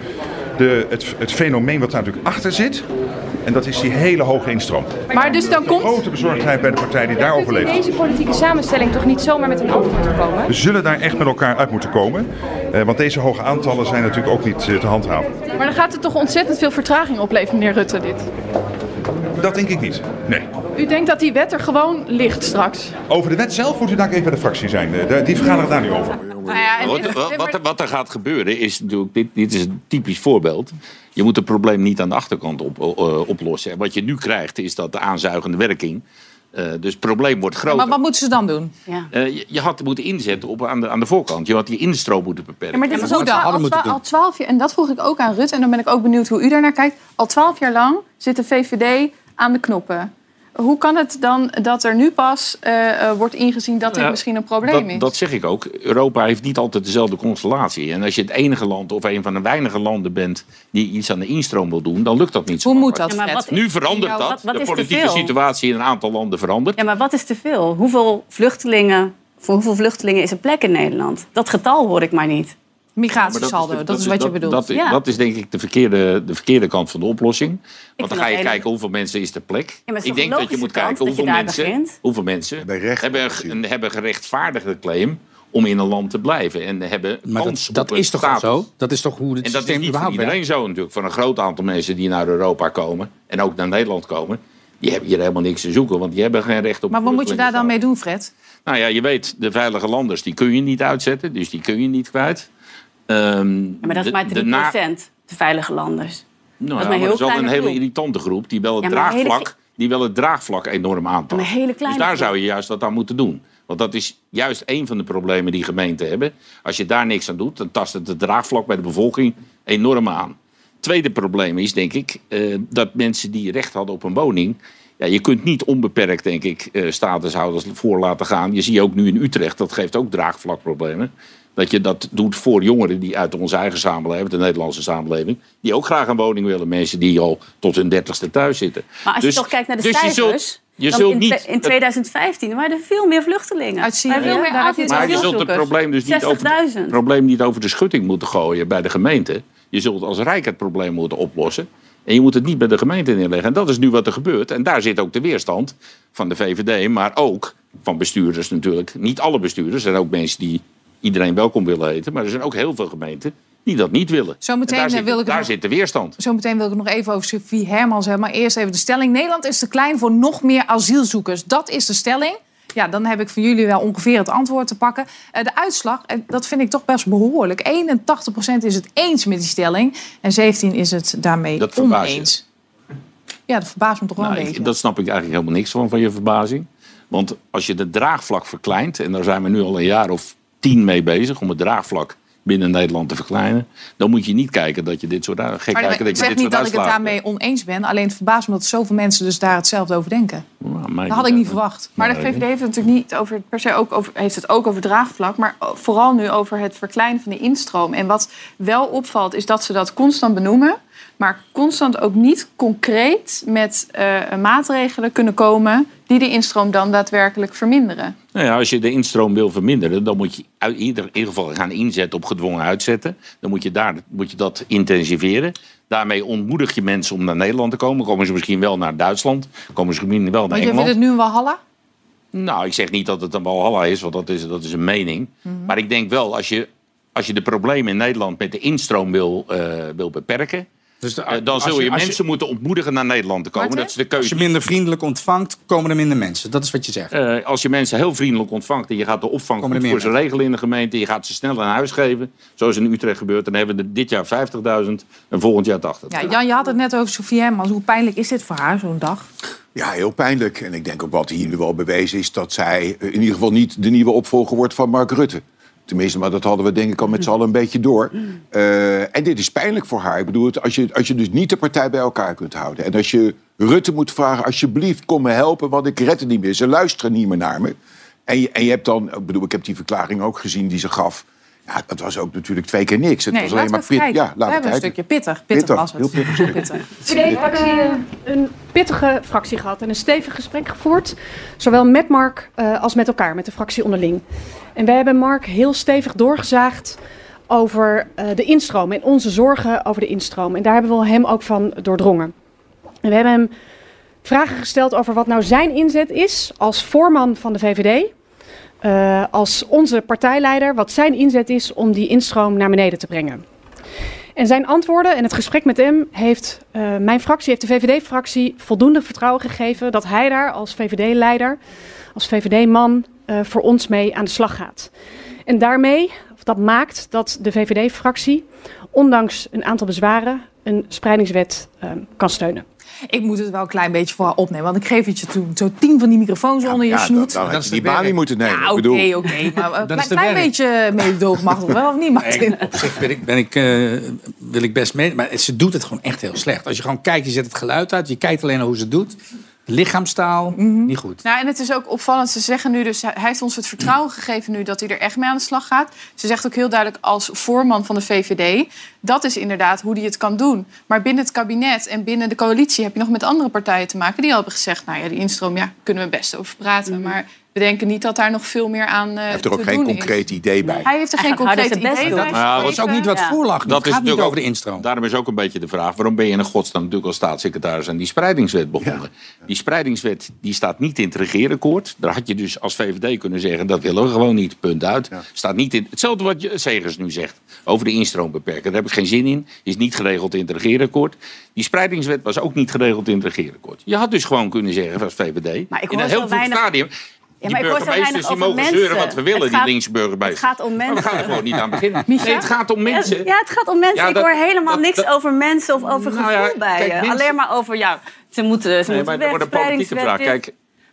het fenomeen wat daar natuurlijk achter zit. En dat is die hele hoge instroom. Maar dus dan komt... grote bezorgdheid bij de partij die daarover leeft. Deze politieke samenstelling toch niet zomaar met een antwoord komen? We zullen daar echt met elkaar uit moeten komen. Want deze hoge aantallen zijn natuurlijk ook niet te handhaven. Maar dan gaat het toch ontzettend veel vertraging opleveren, meneer Rutte, dit? Dat denk ik niet, nee. U denkt dat die wet er gewoon ligt straks? Over de wet zelf moet u daar even bij de fractie zijn. Die vergaderen daar niet over. Wat er gaat gebeuren is natuurlijk... Dit is een typisch voorbeeld. Je moet het probleem niet aan de achterkant oplossen. En wat je nu krijgt is dat de aanzuigende werking... dus het probleem wordt groter. Maar wat moeten ze dan doen? Ja. Je had moeten inzetten aan de voorkant. Je had die instroom moeten beperken. Ja, maar dit is ook al 12 jaar... En dat vroeg ik ook aan Rutte. En dan ben ik ook benieuwd hoe u daarnaar kijkt. Al 12 jaar lang zit de VVD aan de knoppen. Hoe kan het dan dat er nu pas wordt ingezien dat dit misschien een probleem is? Dat zeg ik ook. Europa heeft niet altijd dezelfde constellatie. En als je het enige land of een van de weinige landen bent... die iets aan de instroom wil doen, dan lukt dat niet zo. Hoe moet dat, Fred? Nu verandert dat. De politieke situatie in een aantal landen verandert. Ja, maar wat is te veel? Voor hoeveel vluchtelingen is een plek in Nederland? Dat getal hoor ik maar niet. Migratiesaldo, dat is wat je bedoelt. Dat is denk ik de verkeerde kant van de oplossing. Want dan ga je kijken hoeveel mensen is ter plek. Ja, ik denk dat je moet kijken hoeveel mensen hebben gerechtvaardigde claim om in een land te blijven. En hebben kans dat op is toch status. zo? Dat is toch hoe het systeem systeem überhaupt werkt? En dat is niet voor iedereen zo natuurlijk. Voor een groot aantal mensen die naar Europa komen... en ook naar Nederland komen... die hebben hier helemaal niks te zoeken, want die hebben geen recht op... Maar wat moet je daar dan mee doen, Fred? Nou ja, je weet, de veilige landers die kun je niet uitzetten. Dus die kun je niet kwijt. Maar dat is maar 3%, de veilige landers. Nou, dat is wel een hele irritante groep die wel het draagvlak enorm aanpakt. Dus daar zou je juist wat aan moeten doen. Want dat is juist een van de problemen die gemeenten hebben. Als je daar niks aan doet, dan tast het draagvlak bij de bevolking enorm aan. Tweede probleem is, denk ik, dat mensen die recht hadden op een woning... Ja, je kunt niet onbeperkt, denk ik, statushouders voor laten gaan. Je ziet ook nu in Utrecht, dat geeft ook draagvlakproblemen. Dat je dat doet voor jongeren die uit onze eigen samenleving, de Nederlandse samenleving... die ook graag een woning willen. Mensen die al tot hun 30ste thuis zitten. Maar als je toch kijkt naar de cijfers... In 2015 waren er veel meer vluchtelingen. Uit Syrië. Maar je zult het probleem dus niet over de schutting moeten gooien bij de gemeente. Je zult als Rijk het probleem moeten oplossen. En je moet het niet bij de gemeente neerleggen. En dat is nu wat er gebeurt. En daar zit ook de weerstand van de VVD, maar ook van bestuurders natuurlijk. Niet alle bestuurders. Er zijn ook mensen die iedereen welkom willen heten. Maar er zijn ook heel veel gemeenten die dat niet willen. Daar zit de weerstand. Zometeen wil ik het nog even over Sophie Hermans hebben. Maar eerst even de stelling. Nederland is te klein voor nog meer asielzoekers. Dat is de stelling. Ja, dan heb ik van jullie wel ongeveer het antwoord te pakken. De uitslag, dat vind ik toch best behoorlijk. 81% is het eens met die stelling en 17% is het daarmee oneens. Ja, dat verbaast me toch wel een beetje. Dat snap ik eigenlijk helemaal niks van je verbazing. Want als je het draagvlak verkleint, en daar zijn we nu al een jaar of 10 mee bezig om het draagvlak binnen Nederland te verkleinen, dan moet je niet kijken dat je dit soort Ik zeg niet dat ik het daarmee oneens ben. Alleen het verbaast me dat zoveel mensen dus daar hetzelfde over denken. Dat had ik niet verwacht. Maar de VVD heeft het natuurlijk niet over, per se heeft het ook over draagvlak, maar vooral nu over het verkleinen van de instroom. En wat wel opvalt is dat ze dat constant benoemen, maar constant ook niet concreet met maatregelen kunnen komen die de instroom dan daadwerkelijk verminderen. Nou ja, als je de instroom wil verminderen, dan moet je in ieder geval gaan inzetten op gedwongen uitzetten. Dan moet je dat intensiveren. Daarmee ontmoedig je mensen om naar Nederland te komen. Komen ze misschien wel naar Duitsland, komen ze misschien wel naar Engeland. Want je vindt het nu een Walhalla? Nou, ik zeg niet dat het een Walhalla is, want dat is een mening. Mm-hmm. Maar ik denk wel, als je de problemen in Nederland met de instroom wil beperken, dus dan zul je mensen moeten ontmoedigen naar Nederland te komen. Dat is de keuze. Als je minder vriendelijk ontvangt, komen er minder mensen. Dat is wat je zegt. Als je mensen heel vriendelijk ontvangt en je gaat de opvang goed voor ze regelen in de gemeente, je gaat ze snel naar huis geven, zoals in Utrecht gebeurt, dan hebben we er dit jaar 50.000 en volgend jaar 80.000. Ja, Jan, je had het net over Sophie Hermans. Hoe pijnlijk is dit voor haar, zo'n dag? Ja, heel pijnlijk. En ik denk ook wat hier nu wel bewezen is, dat zij in ieder geval niet de nieuwe opvolger wordt van Mark Rutte. Tenminste, maar dat hadden we denk ik al met z'n allen een beetje door. En dit is pijnlijk voor haar. Ik bedoel, als je dus niet de partij bij elkaar kunt houden. En als je Rutte moet vragen, alsjeblieft, kom me helpen, want ik red het niet meer. Ze luisteren niet meer naar me. En je hebt dan, ik heb die verklaring ook gezien die ze die Ja, dat was ook natuurlijk 2 keer niks. Het was alleen maar pittig. Ja, we hebben een stukje pittig. Pittig was het. Heel pittig. Een pittige fractie gehad en een stevig gesprek gevoerd. Zowel met Mark als met elkaar, met de fractie onderling. En wij hebben Mark heel stevig doorgezaagd over de instroom en onze zorgen over de instroom. En daar hebben we hem ook van doordrongen. En we hebben hem vragen gesteld over wat nou zijn inzet is als voorman van de VVD. Als onze partijleider, wat zijn inzet is om die instroom naar beneden te brengen. En zijn antwoorden en het gesprek met hem heeft de VVD-fractie voldoende vertrouwen gegeven dat hij daar als VVD-leider, als VVD-man voor ons mee aan de slag gaat. En dat maakt dat de VVD-fractie, ondanks een aantal bezwaren, een spreidingswet kan steunen. Ik moet het wel een klein beetje voor haar opnemen. Want ik geef het je toen zo 10 van die microfoons onder je snoet. Dan had je die baan niet moeten nemen. Ja, oké. Maar een klein beetje meedoogmachtig wel, of niet, Martin? Nee, op zich wil ik best mee. Maar ze doet het gewoon echt heel slecht. Als je gewoon kijkt, je zet het geluid uit. Je kijkt alleen naar hoe ze het doet. Lichaamstaal, niet goed. Nou, en het is ook opvallend. Ze zeggen nu dus, hij heeft ons het vertrouwen gegeven nu dat hij er echt mee aan de slag gaat. Ze zegt ook heel duidelijk als voorman van de VVD. Dat is inderdaad hoe hij het kan doen. Maar binnen het kabinet en binnen de coalitie heb je nog met andere partijen te maken. Die hebben gezegd, nou ja, die instroom, kunnen we best over praten. Maar we denken niet dat daar nog veel meer aan hij heeft er ook geen concreet idee bij. Hij heeft er geen concreet idee bij. Dat is ook niet wat voorlag. Dat is niet over de instroom. Daarom is ook een beetje de vraag, waarom ben je in godsnaam natuurlijk als staatssecretaris aan die spreidingswet begonnen? Ja. Die spreidingswet die staat niet in het regeerakkoord. Daar had je dus als VVD kunnen zeggen, dat willen we gewoon niet, punt uit. Ja. Staat niet in, hetzelfde wat Segers nu zegt over de instroom beperken. Daar heb ik geen zin in. Is niet geregeld in het regeerakkoord. Die spreidingswet was ook niet geregeld in het regeerakkoord. Je had dus gewoon kunnen zeggen als VVD, maar ik in een heel vroeg stadium. Ja, die burgemeesters die mogen zeuren wat we willen, die linkse burgemeesters. Het gaat om mensen. Maar we gaan er gewoon niet aan beginnen. Nee, het gaat om mensen. Ja, het gaat om mensen. Ik hoor helemaal niks over mensen of over gevoel bij je. Mensen... Alleen maar over, ze moeten maar dat wordt een politieke vraag. Kijk,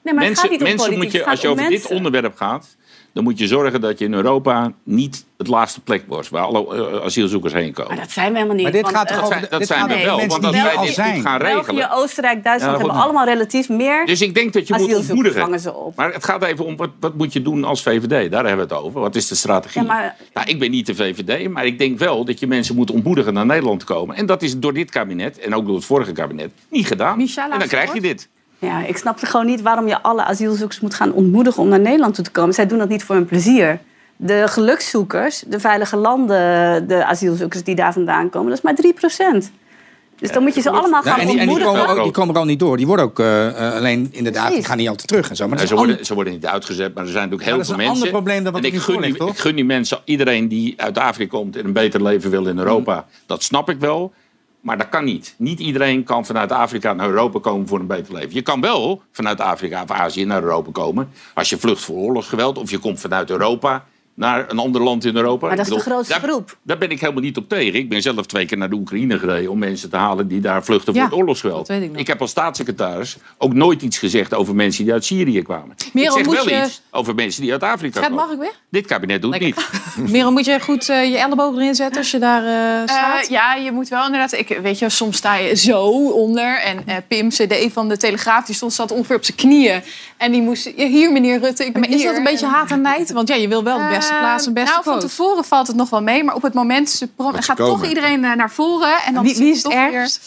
mensen moet je, als je over dit onderwerp gaat, dan moet je zorgen dat je in Europa niet het laatste plek wordt waar alle asielzoekers heen komen. Maar dat zijn we helemaal niet. Maar dit gaat toch over... Dat zijn we wel, want als wij dit goed gaan regelen... België, Oostenrijk, Duitsland hebben allemaal relatief meer. Dus ik denk dat je moet ontmoedigen. Maar het gaat even om, wat moet je doen als VVD? Daar hebben we het over. Wat is de strategie? Ja, nou, ik ben niet de VVD, maar ik denk wel dat je mensen moet ontmoedigen naar Nederland te komen. En dat is door dit kabinet, en ook door het vorige kabinet, niet gedaan. En dan krijg je dit. Ja, ik snap gewoon niet waarom je alle asielzoekers moet gaan ontmoedigen om naar Nederland toe te komen. Zij doen dat niet voor hun plezier. De gelukszoekers, de veilige landen, de asielzoekers die daar vandaan komen, dat is maar 3%. Dus dan moet je ze allemaal gaan ontmoedigen. En die komen er al niet door. Die worden ook alleen inderdaad, die gaan niet altijd terug en zo. Maar ze worden niet uitgezet, maar er zijn natuurlijk heel veel mensen. Dat is een ander probleem dan wat ik gun die mensen, iedereen die uit Afrika komt en een beter leven wil in Europa, dat snap ik wel. Maar dat kan niet. Niet iedereen kan vanuit Afrika naar Europa komen voor een beter leven. Je kan wel vanuit Afrika of Azië naar Europa komen als je vlucht voor oorlogsgeweld. Of je komt vanuit Europa naar een ander land in Europa. Maar dat is de grootste groep. Daar ben ik helemaal niet op tegen. Ik ben zelf 2 keer naar de Oekraïne gereden om mensen te halen die daar vluchten voor het oorlogsgeweld. Ik heb als staatssecretaris ook nooit iets gezegd over mensen die uit Syrië kwamen. Merel, ik zeg wel iets over mensen die uit Afrika Fred, komen. mag ik weer? Dit kabinet doet niet. Merel, moet je goed je elleboog erin zetten als je daar staat? Ja, je moet wel inderdaad... Weet je, soms sta je zo onder. En Pim, CD van de Telegraaf, die zat ongeveer op zijn knieën. En die moest... Hier, meneer Rutte, ik ben maar is dat een beetje haat en nijd? Want je wil wel de beste plaats en beste coach. Van tevoren valt het nog wel mee. Maar op het moment gaat toch iedereen naar voren. En dan wie is het ergst?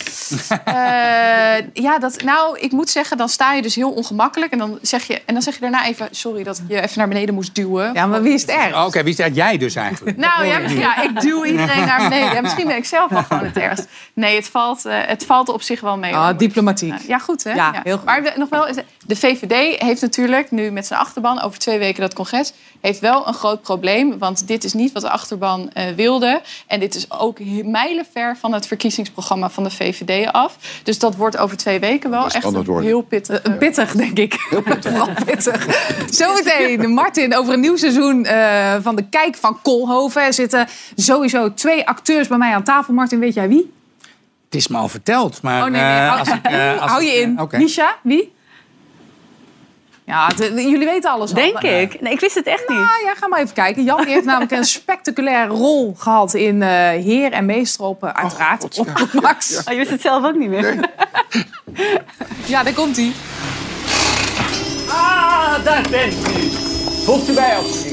Ik moet zeggen, dan sta je dus heel ongemakkelijk. En dan zeg je daarna even... Sorry dat ik je even naar beneden moest duwen. Ja, maar wie is het ergst? Oké, wie is het? Jij dus eigenlijk? Nou ja, ik duw iedereen naar beneden. Ja, misschien ben ik zelf wel gewoon het ergst. Nee, het valt op zich wel mee. Diplomatiek. Ja, goed hè? Ja, heel goed. Maar nog wel, de VVD heeft natuurlijk nu met zijn achterban... over 2 weken dat congres... heeft wel een groot probleem. Want dit is niet wat de achterban wilde. En dit is ook mijlenver van het verkiezingsprogramma van de VVD af. Dus dat wordt over 2 weken wel echt heel pittig. Pittig, denk ik. Heel pittig. Vooral pittig. Zometeen, Martin, over een nieuw seizoen van de Kijk van Koolhoven. Er zitten sowieso 2 acteurs bij mij aan tafel. Martin, weet jij wie? Het is me al verteld, maar... Hou je in. Okay. Misha, wie? Ja, jullie weten alles al. Denk ik. Nee, ik wist het echt niet. Ja, ga maar even kijken. Jan heeft namelijk een spectaculaire rol gehad in Heer en Meester op, uiteraard, op Max. Ja. Oh, je wist het zelf ook niet meer. Nee. Ja, daar komt hij. Ah, daar bent u. Voegt u bij alsjeblieft.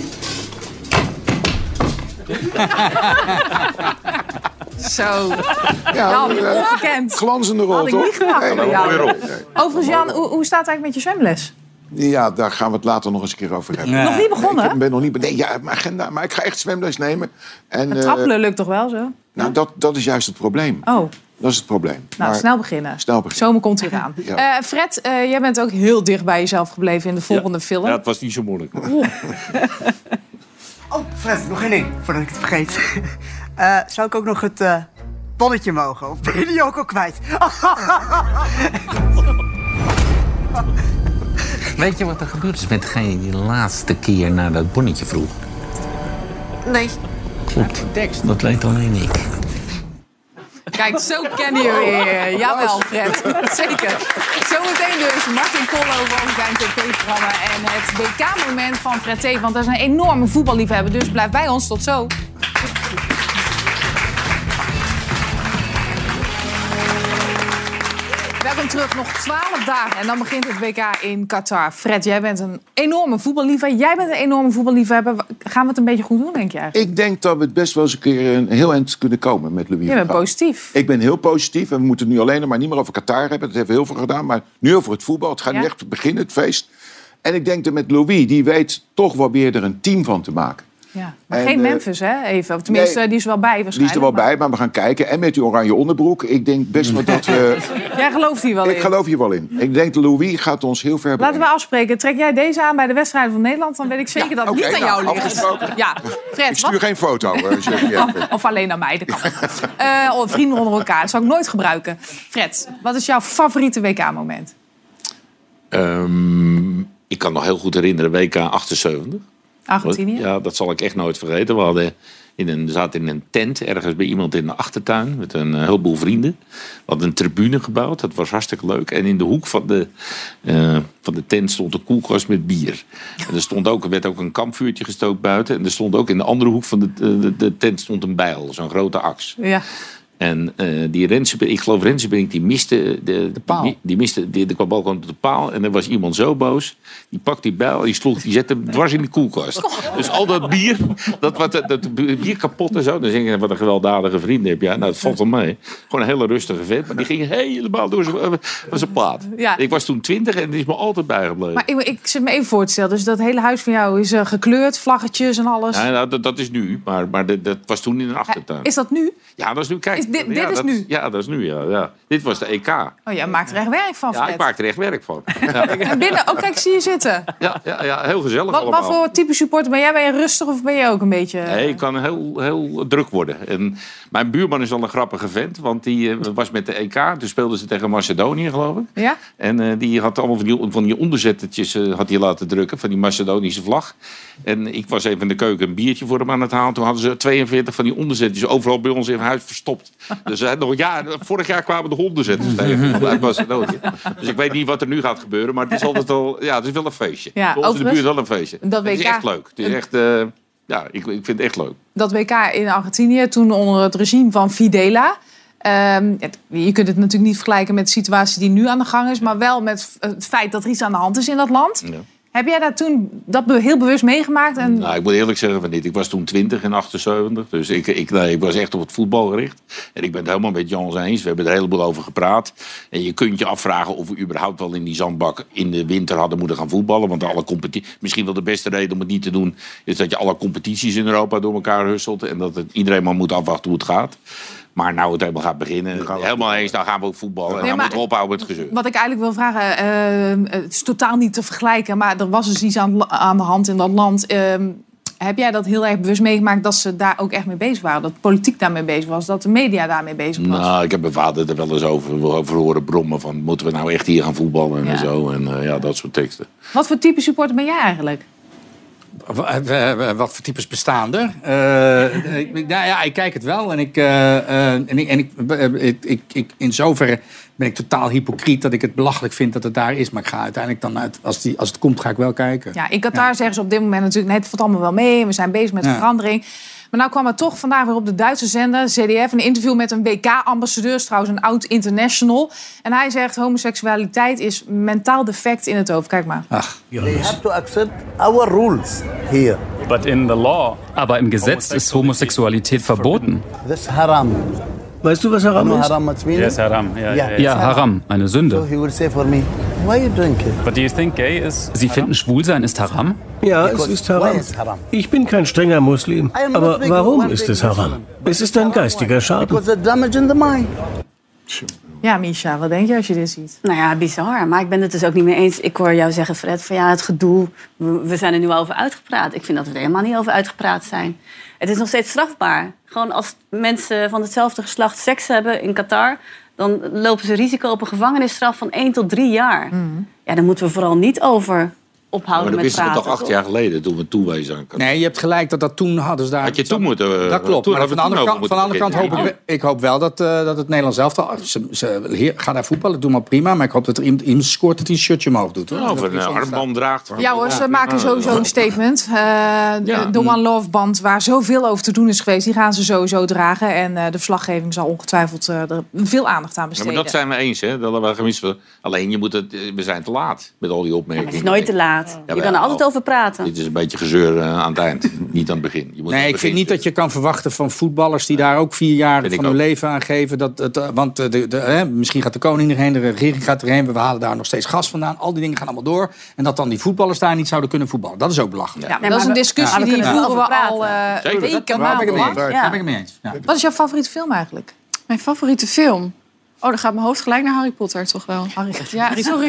Zo. Jan, ongekend. Glanzende rol, had ik toch? niet gedacht van jou. Nee. Overigens, Jan, hoe staat het eigenlijk met je zwemles? Ja, daar gaan we het later nog eens een keer over hebben. Nee. Nog niet begonnen? Nee, ik ben nog niet... Nee, ja, mijn agenda. Maar ik ga echt zwemles nemen. En, het trappelen lukt toch wel zo? Nou, dat is juist het probleem. Oh. Dat is het probleem. Nou, maar, snel beginnen. Snel beginnen. Zomer komt eraan. Ja. Fred, jij bent ook heel dicht bij jezelf gebleven in de volgende film. Ja, het was niet zo moeilijk. Oh, Fred, nog één ding, voordat ik het vergeet. Zou ik ook nog het bonnetje mogen? Of ben je die ook al kwijt? Weet je wat er gebeurd is met degene die de laatste keer naar dat bonnetje vroeg? Nee. Klopt. Dat weet alleen ik. Kijk, zo kennen jullie. Jawel, Fred. Zeker. Zometeen dus Martin Koolhoven over zijn tv-programma en het WK-moment van Fred T. Want dat is een enorme voetballiefhebber, dus blijf bij ons. Tot zo. Welkom terug, nog 12 dagen en dan begint het WK in Qatar. Fred, jij bent een enorme voetballiefhebber. Jij bent een enorme voetballiefhebber. Gaan we het een beetje goed doen, denk je eigenlijk? Ik denk dat we het best wel eens een keer een heel eind kunnen komen met Louis. Je bent positief. Ik ben heel positief en we moeten het nu alleen maar niet meer over Qatar hebben. Dat hebben we heel veel gedaan, maar nu over het voetbal. Het gaat nu echt beginnen, het feest. En ik denk dat met Louis, die weet toch wel weer er een team van te maken. Ja, maar geen Memphis, hè? Even. Tenminste, die is er wel bij waarschijnlijk. Die is er wel bij, maar we gaan kijken. En met die oranje onderbroek. Ik denk best wel dat we... Jij gelooft hier wel in? Ik geloof hier wel in. Ik denk dat Louis gaat ons heel ver brengen. Laten we afspreken. Trek jij deze aan bij de wedstrijden van Nederland? Dan weet ik zeker dat het niet aan jou ligt. Ja, Fred, ik stuur geen foto. Of alleen naar mij. Dat kan. Vrienden onder elkaar. Dat zou ik nooit gebruiken. Fred, wat is jouw favoriete WK-moment? Ik kan nog heel goed herinneren, WK 78. Argentinië? Ja, dat zal ik echt nooit vergeten. We zaten in een tent ergens bij iemand in de achtertuin met een heleboel vrienden. We hadden een tribune gebouwd, dat was hartstikke leuk. En in de hoek van de tent stond een koelkast met bier. En er werd ook een kampvuurtje gestookt buiten. En er stond ook in de andere hoek van de tent stond een bijl, zo'n grote aks. Ja. En ik geloof Rensenbrink, die miste de paal. Die kwam ook op de paal. En er was iemand zo boos. Die pakte die bijl en die zette hem dwars in de koelkast. Dus al dat bier, dat bier kapot en zo. Dan denk je, wat een gewelddadige vrienden heb je. Nou, dat valt wel mee. Gewoon een hele rustige vent. Maar die ging helemaal door zijn plaat. Ja. Ik was toen 20 en die is me altijd bijgebleven. Maar ik zit me even voor te stellen. Dus dat hele huis van jou is gekleurd, vlaggetjes en alles. Ja, nou, dat is nu. Maar dat was toen in een achtertuin. Is dat nu? Ja, dat is nu. Kijk. Dit is nu? Ja, dat is nu, ja. Dit was de EK. Oh, jij maakt er echt werk van, Fred. Ja, ik maak er echt werk van. Ja. En binnen, kijk, ik zie je zitten. Ja, heel gezellig allemaal. Wat voor type supporter ben jij? Ben je rustig of ben je ook een beetje... Nee, ik kan heel druk worden. En mijn buurman is wel een grappige vent, want die was met de EK. Toen speelden ze tegen Macedonië, geloof ik. Ja? En die had allemaal van die onderzettertjes had hij laten drukken, van die Macedonische vlag. En ik was even in de keuken een biertje voor hem aan het halen. Toen hadden ze 42 van die onderzettertjes overal bij ons in huis verstopt. Dus vorig jaar kwamen de hondenzetters tegen uit Macedonië. Dus ik weet niet wat er nu gaat gebeuren, maar het is altijd wel, het is wel een feestje. Ja, bij ons in de buurt wel een feestje. Dat WK, het is echt leuk. Het is echt, ik vind het echt leuk. Dat WK in Argentinië, toen onder het regime van Videla. Je kunt het natuurlijk niet vergelijken met de situatie die nu aan de gang is, maar wel met het feit dat er iets aan de hand is in dat land. Ja. Heb jij daar toen heel bewust meegemaakt? En... Nou, ik moet eerlijk zeggen van niet. Ik was toen 20 in 78. Dus ik was echt op het voetbal gericht. En ik ben het helemaal met Jans eens. We hebben er een heleboel over gepraat. En je kunt je afvragen of we überhaupt wel in die zandbak in de winter hadden moeten gaan voetballen. Want misschien wel de beste reden om het niet te doen is dat je alle competities in Europa door elkaar husselt. En dat iedereen maar moet afwachten hoe het gaat. Maar nou het helemaal gaat beginnen, helemaal eens, dan gaan we ook voetballen. En dan moeten we ophouden met het gezeur. Wat ik eigenlijk wil vragen, het is totaal niet te vergelijken, maar er was dus iets aan de hand in dat land. Heb jij dat heel erg bewust meegemaakt dat ze daar ook echt mee bezig waren? Dat de politiek daarmee bezig was, dat de media daarmee bezig was? Nou, ik heb mijn vader er wel eens over horen brommen van, moeten we nou echt hier gaan voetballen en zo. En dat soort teksten. Wat voor type supporter ben jij eigenlijk? Wat voor types bestaan er? Ik kijk het wel. En in zoverre ben ik totaal hypocriet dat ik het belachelijk vind dat het daar is. Maar ik ga uiteindelijk dan als het komt, ga ik wel kijken. Ja, in Qatar zeggen ze op dit moment natuurlijk, het valt allemaal wel mee. We zijn bezig met verandering. Maar nou kwam er toch vandaag weer op de Duitse zender, ZDF, een interview met een WK-ambassadeur, trouwens een oud-international. En hij zegt, homoseksualiteit is mentaal defect in het hoofd. Kijk maar. They have to accept our rules here. But in the law. Aber im Gesetz ist Homosexualität verboten. That's haram. Weißt du, was Haram ist? Haram Yes, Haram. Ja, Haram, eine Sünde. So he will say for me, why you drink it? But do you think gay is... Sie finden Schwulsein ist Haram? Ja, es ist Haram. Ich bin kein strenger Muslim. Aber warum ist es Haram? Es ist ein geistiger Schaden. Because the damage in the mind. Ja, Misha, wat denk je als je dit ziet? Nou ja, bizar. Maar ik ben het dus ook niet mee eens. Ik hoor jou zeggen, Fred, van het gedoe. We zijn er nu over uitgepraat. Ik vind dat we er helemaal niet over uitgepraat zijn. Het is nog steeds strafbaar. Gewoon als mensen van hetzelfde geslacht seks hebben in Qatar, dan lopen ze risico op een gevangenisstraf van 1 tot 3 jaar. Ja, daar moeten we vooral niet over ophouden met praten. Maar dat wisten we toch 8 jaar geleden toen we toewezen aan Qatar. Nee, je hebt gelijk dat toen hadden ze daar... Had je toen moeten... Dat klopt. Maar van de andere kant hoop ik hoop wel dat het Nederlands elftal... Ze gaan daar voetballen, doe maar prima. Maar ik hoop dat er iemand scoort dat hij een shirtje omhoog doet. Hoor. Of een armband draagt. Ja hoor, ze maken sowieso een statement. De One Love band, waar zoveel over te doen is geweest, die gaan ze sowieso dragen. En de verslaggeving zal ongetwijfeld er veel aandacht aan besteden. Ja, maar dat zijn we eens, hè? Dat we gemist. Alleen, we zijn te laat met al die opmerkingen. Het is nooit te laat. Je kan er altijd over praten. Dit is een beetje gezeur aan het eind, niet aan het begin. Ik vind niet dat je kan verwachten van voetballers die daar ook 4 jaar van hun leven aan geven. Want misschien gaat de koning erheen, de regering gaat erheen. We halen daar nog steeds gas vandaan. Al die dingen gaan allemaal door. En dat dan die voetballers daar niet zouden kunnen voetballen. Dat is ook belachelijk. Ja, dat is een discussie die voeren we al weken maanden. Daar ben ik mee eens. Wat is jouw favoriete film eigenlijk? Mijn favoriete film? Oh, dan gaat mijn hoofd gelijk naar Harry Potter, toch wel. Ja, sorry.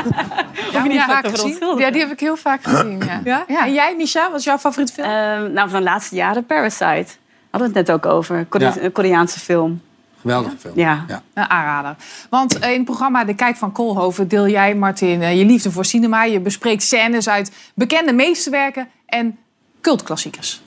Heb je die vaak gezien? Ja, die heb ik heel vaak gezien, ja. En jij, Misha, wat is jouw favoriete film? Van de laatste jaren Parasite. Hadden we het net ook over. Een Koreaanse film. Geweldige film. Ja. Een aanrader. Want in het programma De Kijk van Koolhoven deel jij, Martin, je liefde voor cinema. Je bespreekt scènes uit bekende meesterwerken en cultklassiekers.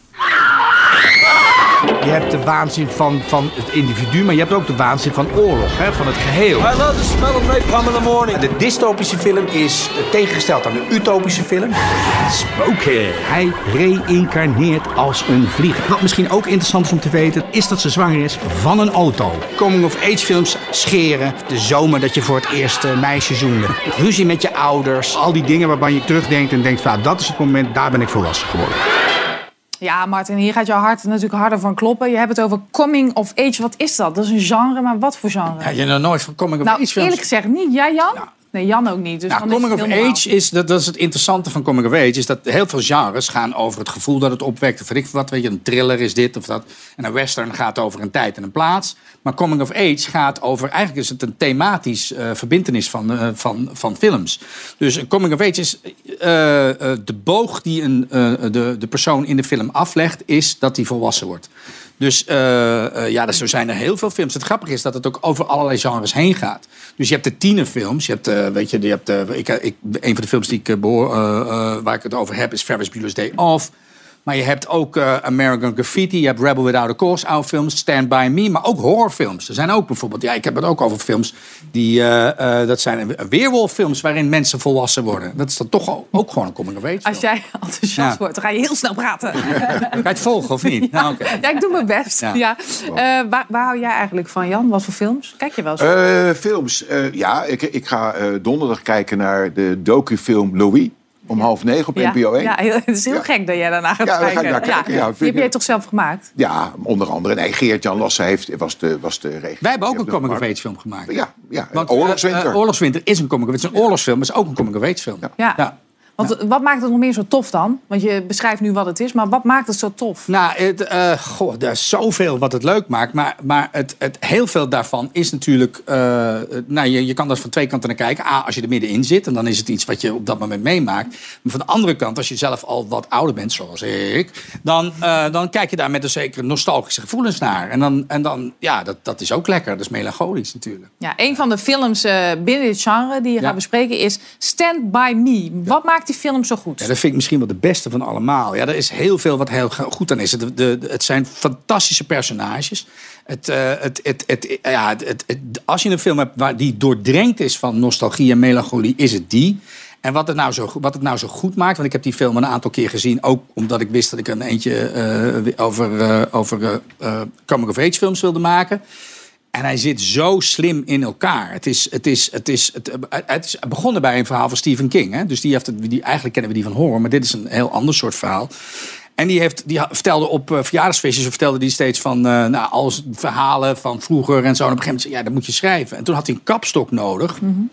Je hebt de waanzin van het individu, maar je hebt ook de waanzin van oorlog, van het geheel. I love the smell of napalm in the morning. De dystopische film is tegengesteld aan de utopische film. Spoken. Hij reïncarneert als een vlieg. Wat misschien ook interessant is om te weten, is dat ze zwanger is van een auto. Coming-of-age films, scheren, de zomer dat je voor het eerst meisje zoende. Ruzie met je ouders, al die dingen waarvan je terugdenkt en denkt van, dat is het moment, daar ben ik volwassen geworden. Ja, Martin, hier gaat jouw hart natuurlijk harder van kloppen. Je hebt het over coming of age. Wat is dat? Dat is een genre, maar wat voor genre? Ja, je hebt nog nooit van coming of age films. Eerlijk gezegd niet. Jij, Jan? Nou, Nee, Jan ook niet. Dus Nou, dan coming is of het heel age is, dat is het interessante van coming of age, is dat heel veel genres gaan over het gevoel dat het opwekt. Of weet ik wat, weet je, een thriller is dit of dat. En een western gaat over een tijd en een plaats. Maar coming of age gaat over, eigenlijk is het een thematisch verbintenis van films. Dus een coming of age is de boog die de persoon in de film aflegt, is dat hij volwassen wordt. Dus dus zo zijn er heel veel films. Het grappige is dat het ook over allerlei genres heen gaat. Dus je hebt de tienerfilms. Je hebt, een van de films die ik waar ik het over heb is Ferris Bueller's Day Off. Maar je hebt ook American Graffiti, je hebt Rebel Without a Cause, oude films, Stand By Me, maar ook horrorfilms. Er zijn ook bijvoorbeeld, ik heb het ook over films die, dat zijn weerwolffilms waarin mensen volwassen worden. Dat is dan toch ook gewoon een coming of age film. Als jij enthousiast wordt, dan ga je heel snel praten. Ga je het volgen of niet? Ja, Nou, okay. ja, ik doe mijn best. Ja. Waar hou jij eigenlijk van, Jan? Wat voor films? Kijk je wel eens? Films. Ik ga donderdag kijken naar de docufilm Louis. Om 20:30 op NPO 1. Ja, het is heel gek dat jij daarna gaat kijken. Ga ik naar kijken. Ja, die heb jij toch zelf gemaakt? Ja, onder andere. Nee, Geert-Jan Lassen was de regisseur. Wij hebben ook een coming of age film gemaakt. Ja. Want Oorlogswinter. Oorlogswinter is een coming of age. Het is een oorlogsfilm, maar het is ook een coming of age film. Ja. Want wat maakt het nog meer zo tof dan? Want je beschrijft nu wat het is, maar wat maakt het zo tof? Nou, er is zoveel wat het leuk maakt. Maar heel veel daarvan is natuurlijk... je kan er van twee kanten naar kijken. Als je er middenin zit, en dan is het iets wat je op dat moment meemaakt. Maar van de andere kant, als je zelf al wat ouder bent, zoals ik... dan kijk je daar met een zekere nostalgische gevoelens naar. En dan dat is ook lekker. Dat is melancholisch natuurlijk. Ja, een van de films binnen dit genre die je gaat bespreken is Stand By Me. Wat maakt die film zo goed? Ja, dat vind ik misschien wel de beste van allemaal. Ja, er is heel veel wat heel goed aan is. Het zijn fantastische personages. Als je een film hebt die doordrenkt is van nostalgie en melancholie, is het die. En wat het nou zo goed maakt, want ik heb die film een aantal keer gezien, ook omdat ik wist dat ik een eentje over coming of age films wilde maken. En hij zit zo slim in elkaar. Het is begonnen bij een verhaal van Stephen King. Hè? Dus eigenlijk kennen we die van horror, maar dit is een heel ander soort verhaal. En die vertelde op verjaardagsfeestjes, vertelde die steeds van alles verhalen van vroeger en zo. En op een gegeven moment zei dat moet je schrijven. En toen had hij een kapstok nodig. Mm-hmm.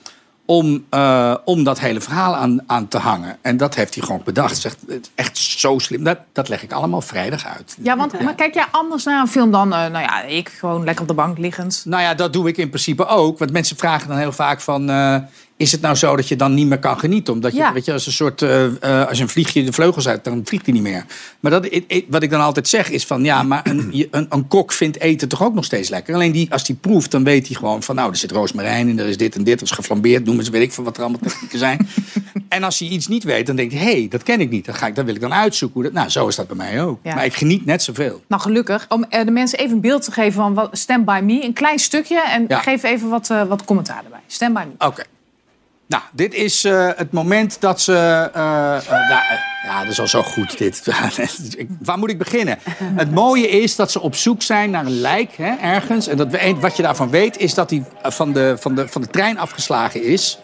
Om dat hele verhaal aan te hangen. En dat heeft hij gewoon bedacht. Zegt, echt zo slim. Dat leg ik allemaal vrijdag uit. Ja, maar kijk jij anders naar een film dan... ik gewoon lekker op de bank liggend? Nou ja, dat doe ik in principe ook. Want mensen vragen dan heel vaak van... is het nou zo dat je dan niet meer kan genieten? Omdat je, weet je, als een soort... als een vliegje de vleugels uit, dan vliegt hij niet meer. Maar wat ik dan altijd zeg is van... ja, maar een kok vindt eten toch ook nog steeds lekker. Alleen als die proeft, dan weet hij gewoon van... nou, er zit roosmarijn in, er is dit en dit, er is geflambeerd. Noemen ze, weet ik veel wat er allemaal technieken zijn. En als hij iets niet weet, dan denkt hij... dat ken ik niet, dan wil ik dan uitzoeken. Nou, zo is dat bij mij ook. Ja. Maar ik geniet net zoveel. Nou, gelukkig. Om de mensen even een beeld te geven van Stand By Me. Een klein stukje en geef even wat commentaar erbij. Stand By Me. Oké. Nou, dit is het moment dat ze... dat is al zo goed, dit. Waar moet ik beginnen? Het mooie is dat ze op zoek zijn naar een lijk ergens. En wat je daarvan weet, is dat hij van de trein afgeslagen is.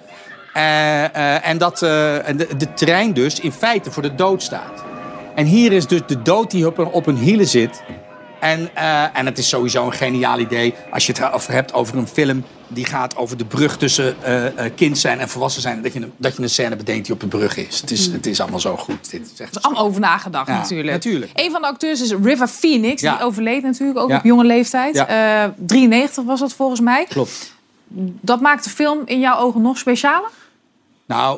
En dat de trein dus in feite voor de dood staat. En hier is dus de dood die op hun hielen zit. En het is sowieso een geniaal idee als je het hebt over een film... die gaat over de brug tussen kind zijn en volwassen zijn. Dat je een scène bedenkt die op de brug is. Het is allemaal zo goed. Het is allemaal over nagedacht natuurlijk. Een van de acteurs is River Phoenix. Die overleed natuurlijk ook op jonge leeftijd. Ja. 93 was dat volgens mij. Klopt. Dat maakt de film in jouw ogen nog specialer? Nou...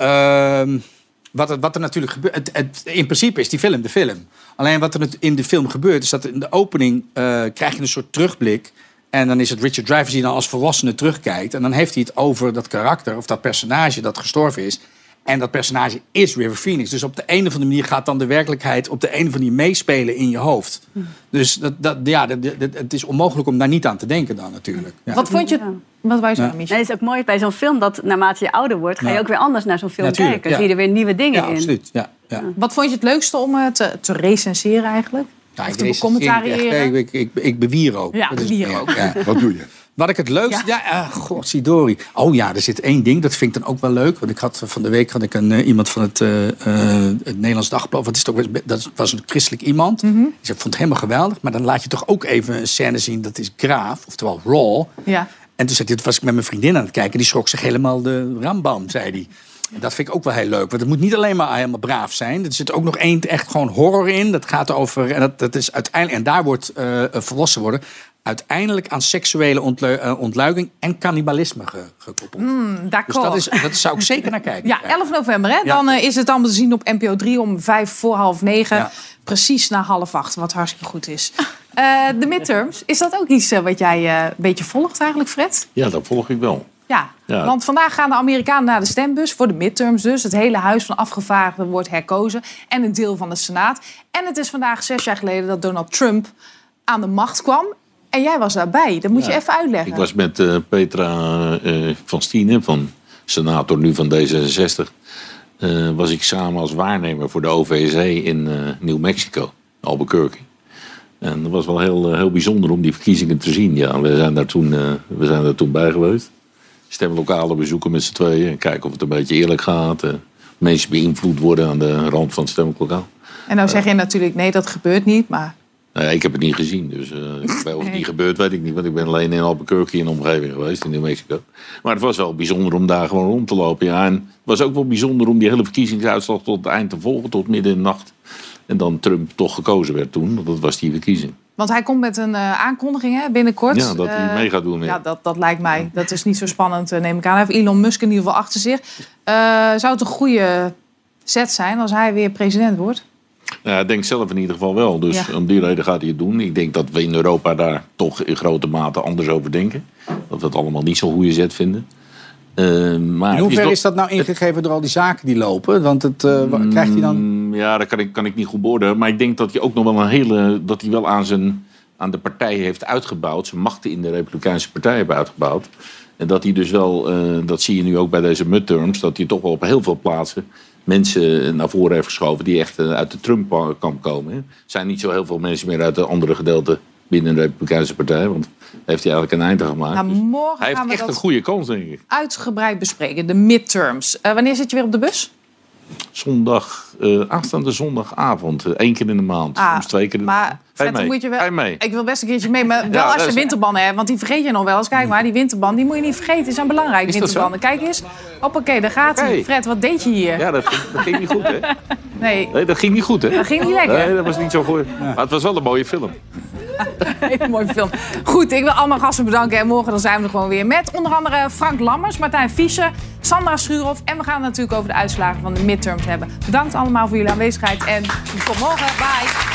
Wat er natuurlijk gebeurt... in principe is die film de film. Alleen wat er in de film gebeurt... is dat in de opening krijg je een soort terugblik... en dan is het Richard Dreyfuss die dan als volwassene terugkijkt... en dan heeft hij het over dat karakter... of dat personage dat gestorven is... En dat personage is River Phoenix. Dus op de een of andere manier gaat dan de werkelijkheid... op de een of andere manier meespelen in je hoofd. Dus het is onmogelijk om daar niet aan te denken dan natuurlijk. Ja. Wat vond je... Wat wou je zeggen, Michel? Het is ook mooi bij zo'n film dat naarmate je ouder wordt... ga je ook weer anders naar zo'n film kijken. Zie je er weer nieuwe dingen in. Absoluut. Ja. Wat vond je het leukste om te recenseren eigenlijk? Ja, of te commentariëren? Ik bewier ook. Ja, bewier ook. Ja. Wat doe je? Wat ik het leukste... Godsidori. Oh ja, er zit één ding. Dat vind ik dan ook wel leuk. Want van de week had ik iemand van het Nederlands Dagblad. Dat was een christelijk iemand. Mm-hmm. Dus ik vond het helemaal geweldig. Maar dan laat je toch ook even een scène zien. Dat is Graaf, oftewel Raw. Ja. En toen was ik met mijn vriendin aan het kijken. Die schrok zich helemaal de rambam, zei hij. En dat vind ik ook wel heel leuk. Want het moet niet alleen maar helemaal braaf zijn. Er zit ook nog echt gewoon horror in. Dat gaat over... En dat is uiteindelijk... En daar wordt volwassen worden... uiteindelijk aan seksuele ontluiking en cannibalisme gekoppeld. Dus dat zou ik zeker naar kijken. Ja, 11 november, hè? Ja. Dan is het allemaal te zien op NPO 3 om 9:05. Ja. Precies na 7:30, wat hartstikke goed is. De midterms, is dat ook iets wat jij een beetje volgt eigenlijk, Fred? Ja, dat volg ik wel. Ja, want vandaag gaan de Amerikanen naar de stembus voor de midterms dus. Het hele huis van afgevaardigden wordt herkozen en een deel van de Senaat. En het is vandaag 6 jaar geleden dat Donald Trump aan de macht kwam. En jij was daarbij. Dat moet je even uitleggen. Ik was met Petra van Stienen, van senator nu van D66... was ik samen als waarnemer voor de OVSE in New Mexico, Albuquerque. En dat was wel heel bijzonder om die verkiezingen te zien. Ja, we zijn daar toen bij geweest. Stemlokalen bezoeken met z'n tweeën. Kijken of het een beetje eerlijk gaat. Mensen beïnvloed worden aan de rand van het stemlokaal. En nou zeg je natuurlijk, nee, dat gebeurt niet, maar... Nou ja, ik heb het niet gezien, dus of het niet gebeurt, weet ik niet. Want ik ben alleen in Albuquerque in de omgeving geweest, in New Mexico. Maar het was wel bijzonder om daar gewoon rond te lopen. Ja. En het was ook wel bijzonder om die hele verkiezingsuitslag tot het eind te volgen, tot midden in de nacht. En dan Trump toch gekozen werd toen, want dat was die verkiezing. Want hij komt met een aankondiging binnenkort. Ja, dat hij mee gaat doen. Ja, dat lijkt mij. Dat is niet zo spannend, neem ik aan. Hij heeft Elon Musk in ieder geval achter zich. Zou het een goede zet zijn als hij weer president wordt? Ja, ik denk zelf in ieder geval wel. Dus om die reden gaat hij het doen. Ik denk dat we in Europa daar toch in grote mate anders over denken. Dat we het allemaal niet zo'n goede zet vinden. Maar in hoeverre is dat nou ingegeven door al die zaken die lopen? Want krijgt hij dan... Ja, dat kan ik niet goed beoordelen. Maar ik denk dat hij ook nog wel dat hij wel aan de partij heeft uitgebouwd. Zijn machten in de Republikeinse partij heeft uitgebouwd. En dat hij dus wel, dat zie je nu ook bij deze midterms, dat hij toch wel op heel veel plaatsen mensen naar voren heeft geschoven die echt uit de Trump-kamp komen. Er zijn niet zo heel veel mensen meer uit de andere gedeelte binnen de Republikeinse partij. Want heeft hij eigenlijk een eind aan gemaakt. Nou, morgen hij heeft echt een goede kans, denk ik. Uitgebreid bespreken, de midterms. Wanneer zit je weer op de bus? Aanstaande zondagavond. 1 keer in de maand. Soms 2 keer in de maand. Fred, moet je wel... mee. Ik wil best een keertje mee, maar wel als je winterbanden hebt. Want die vergeet je nog wel eens. Kijk maar, die winterbanden, die moet je niet vergeten. Die zijn belangrijk, winterbanden. Kijk eens. Hoppakee, daar gaat hij. Fred, wat deed je hier? Ja, dat ging niet goed, hè? Nee, dat ging niet goed, hè? Dat ging niet lekker. Nee, dat was niet zo goed. Maar het was wel een mooie film. Hele mooie film. Goed, ik wil allemaal gasten bedanken. En morgen dan zijn we er gewoon weer met onder andere Frank Lammers, Martijn Fischer, Sandra Schuurhoff. En we gaan het natuurlijk over de uitslagen van de midterms hebben. Bedankt allemaal voor jullie aanwezigheid en tot morgen. Bye.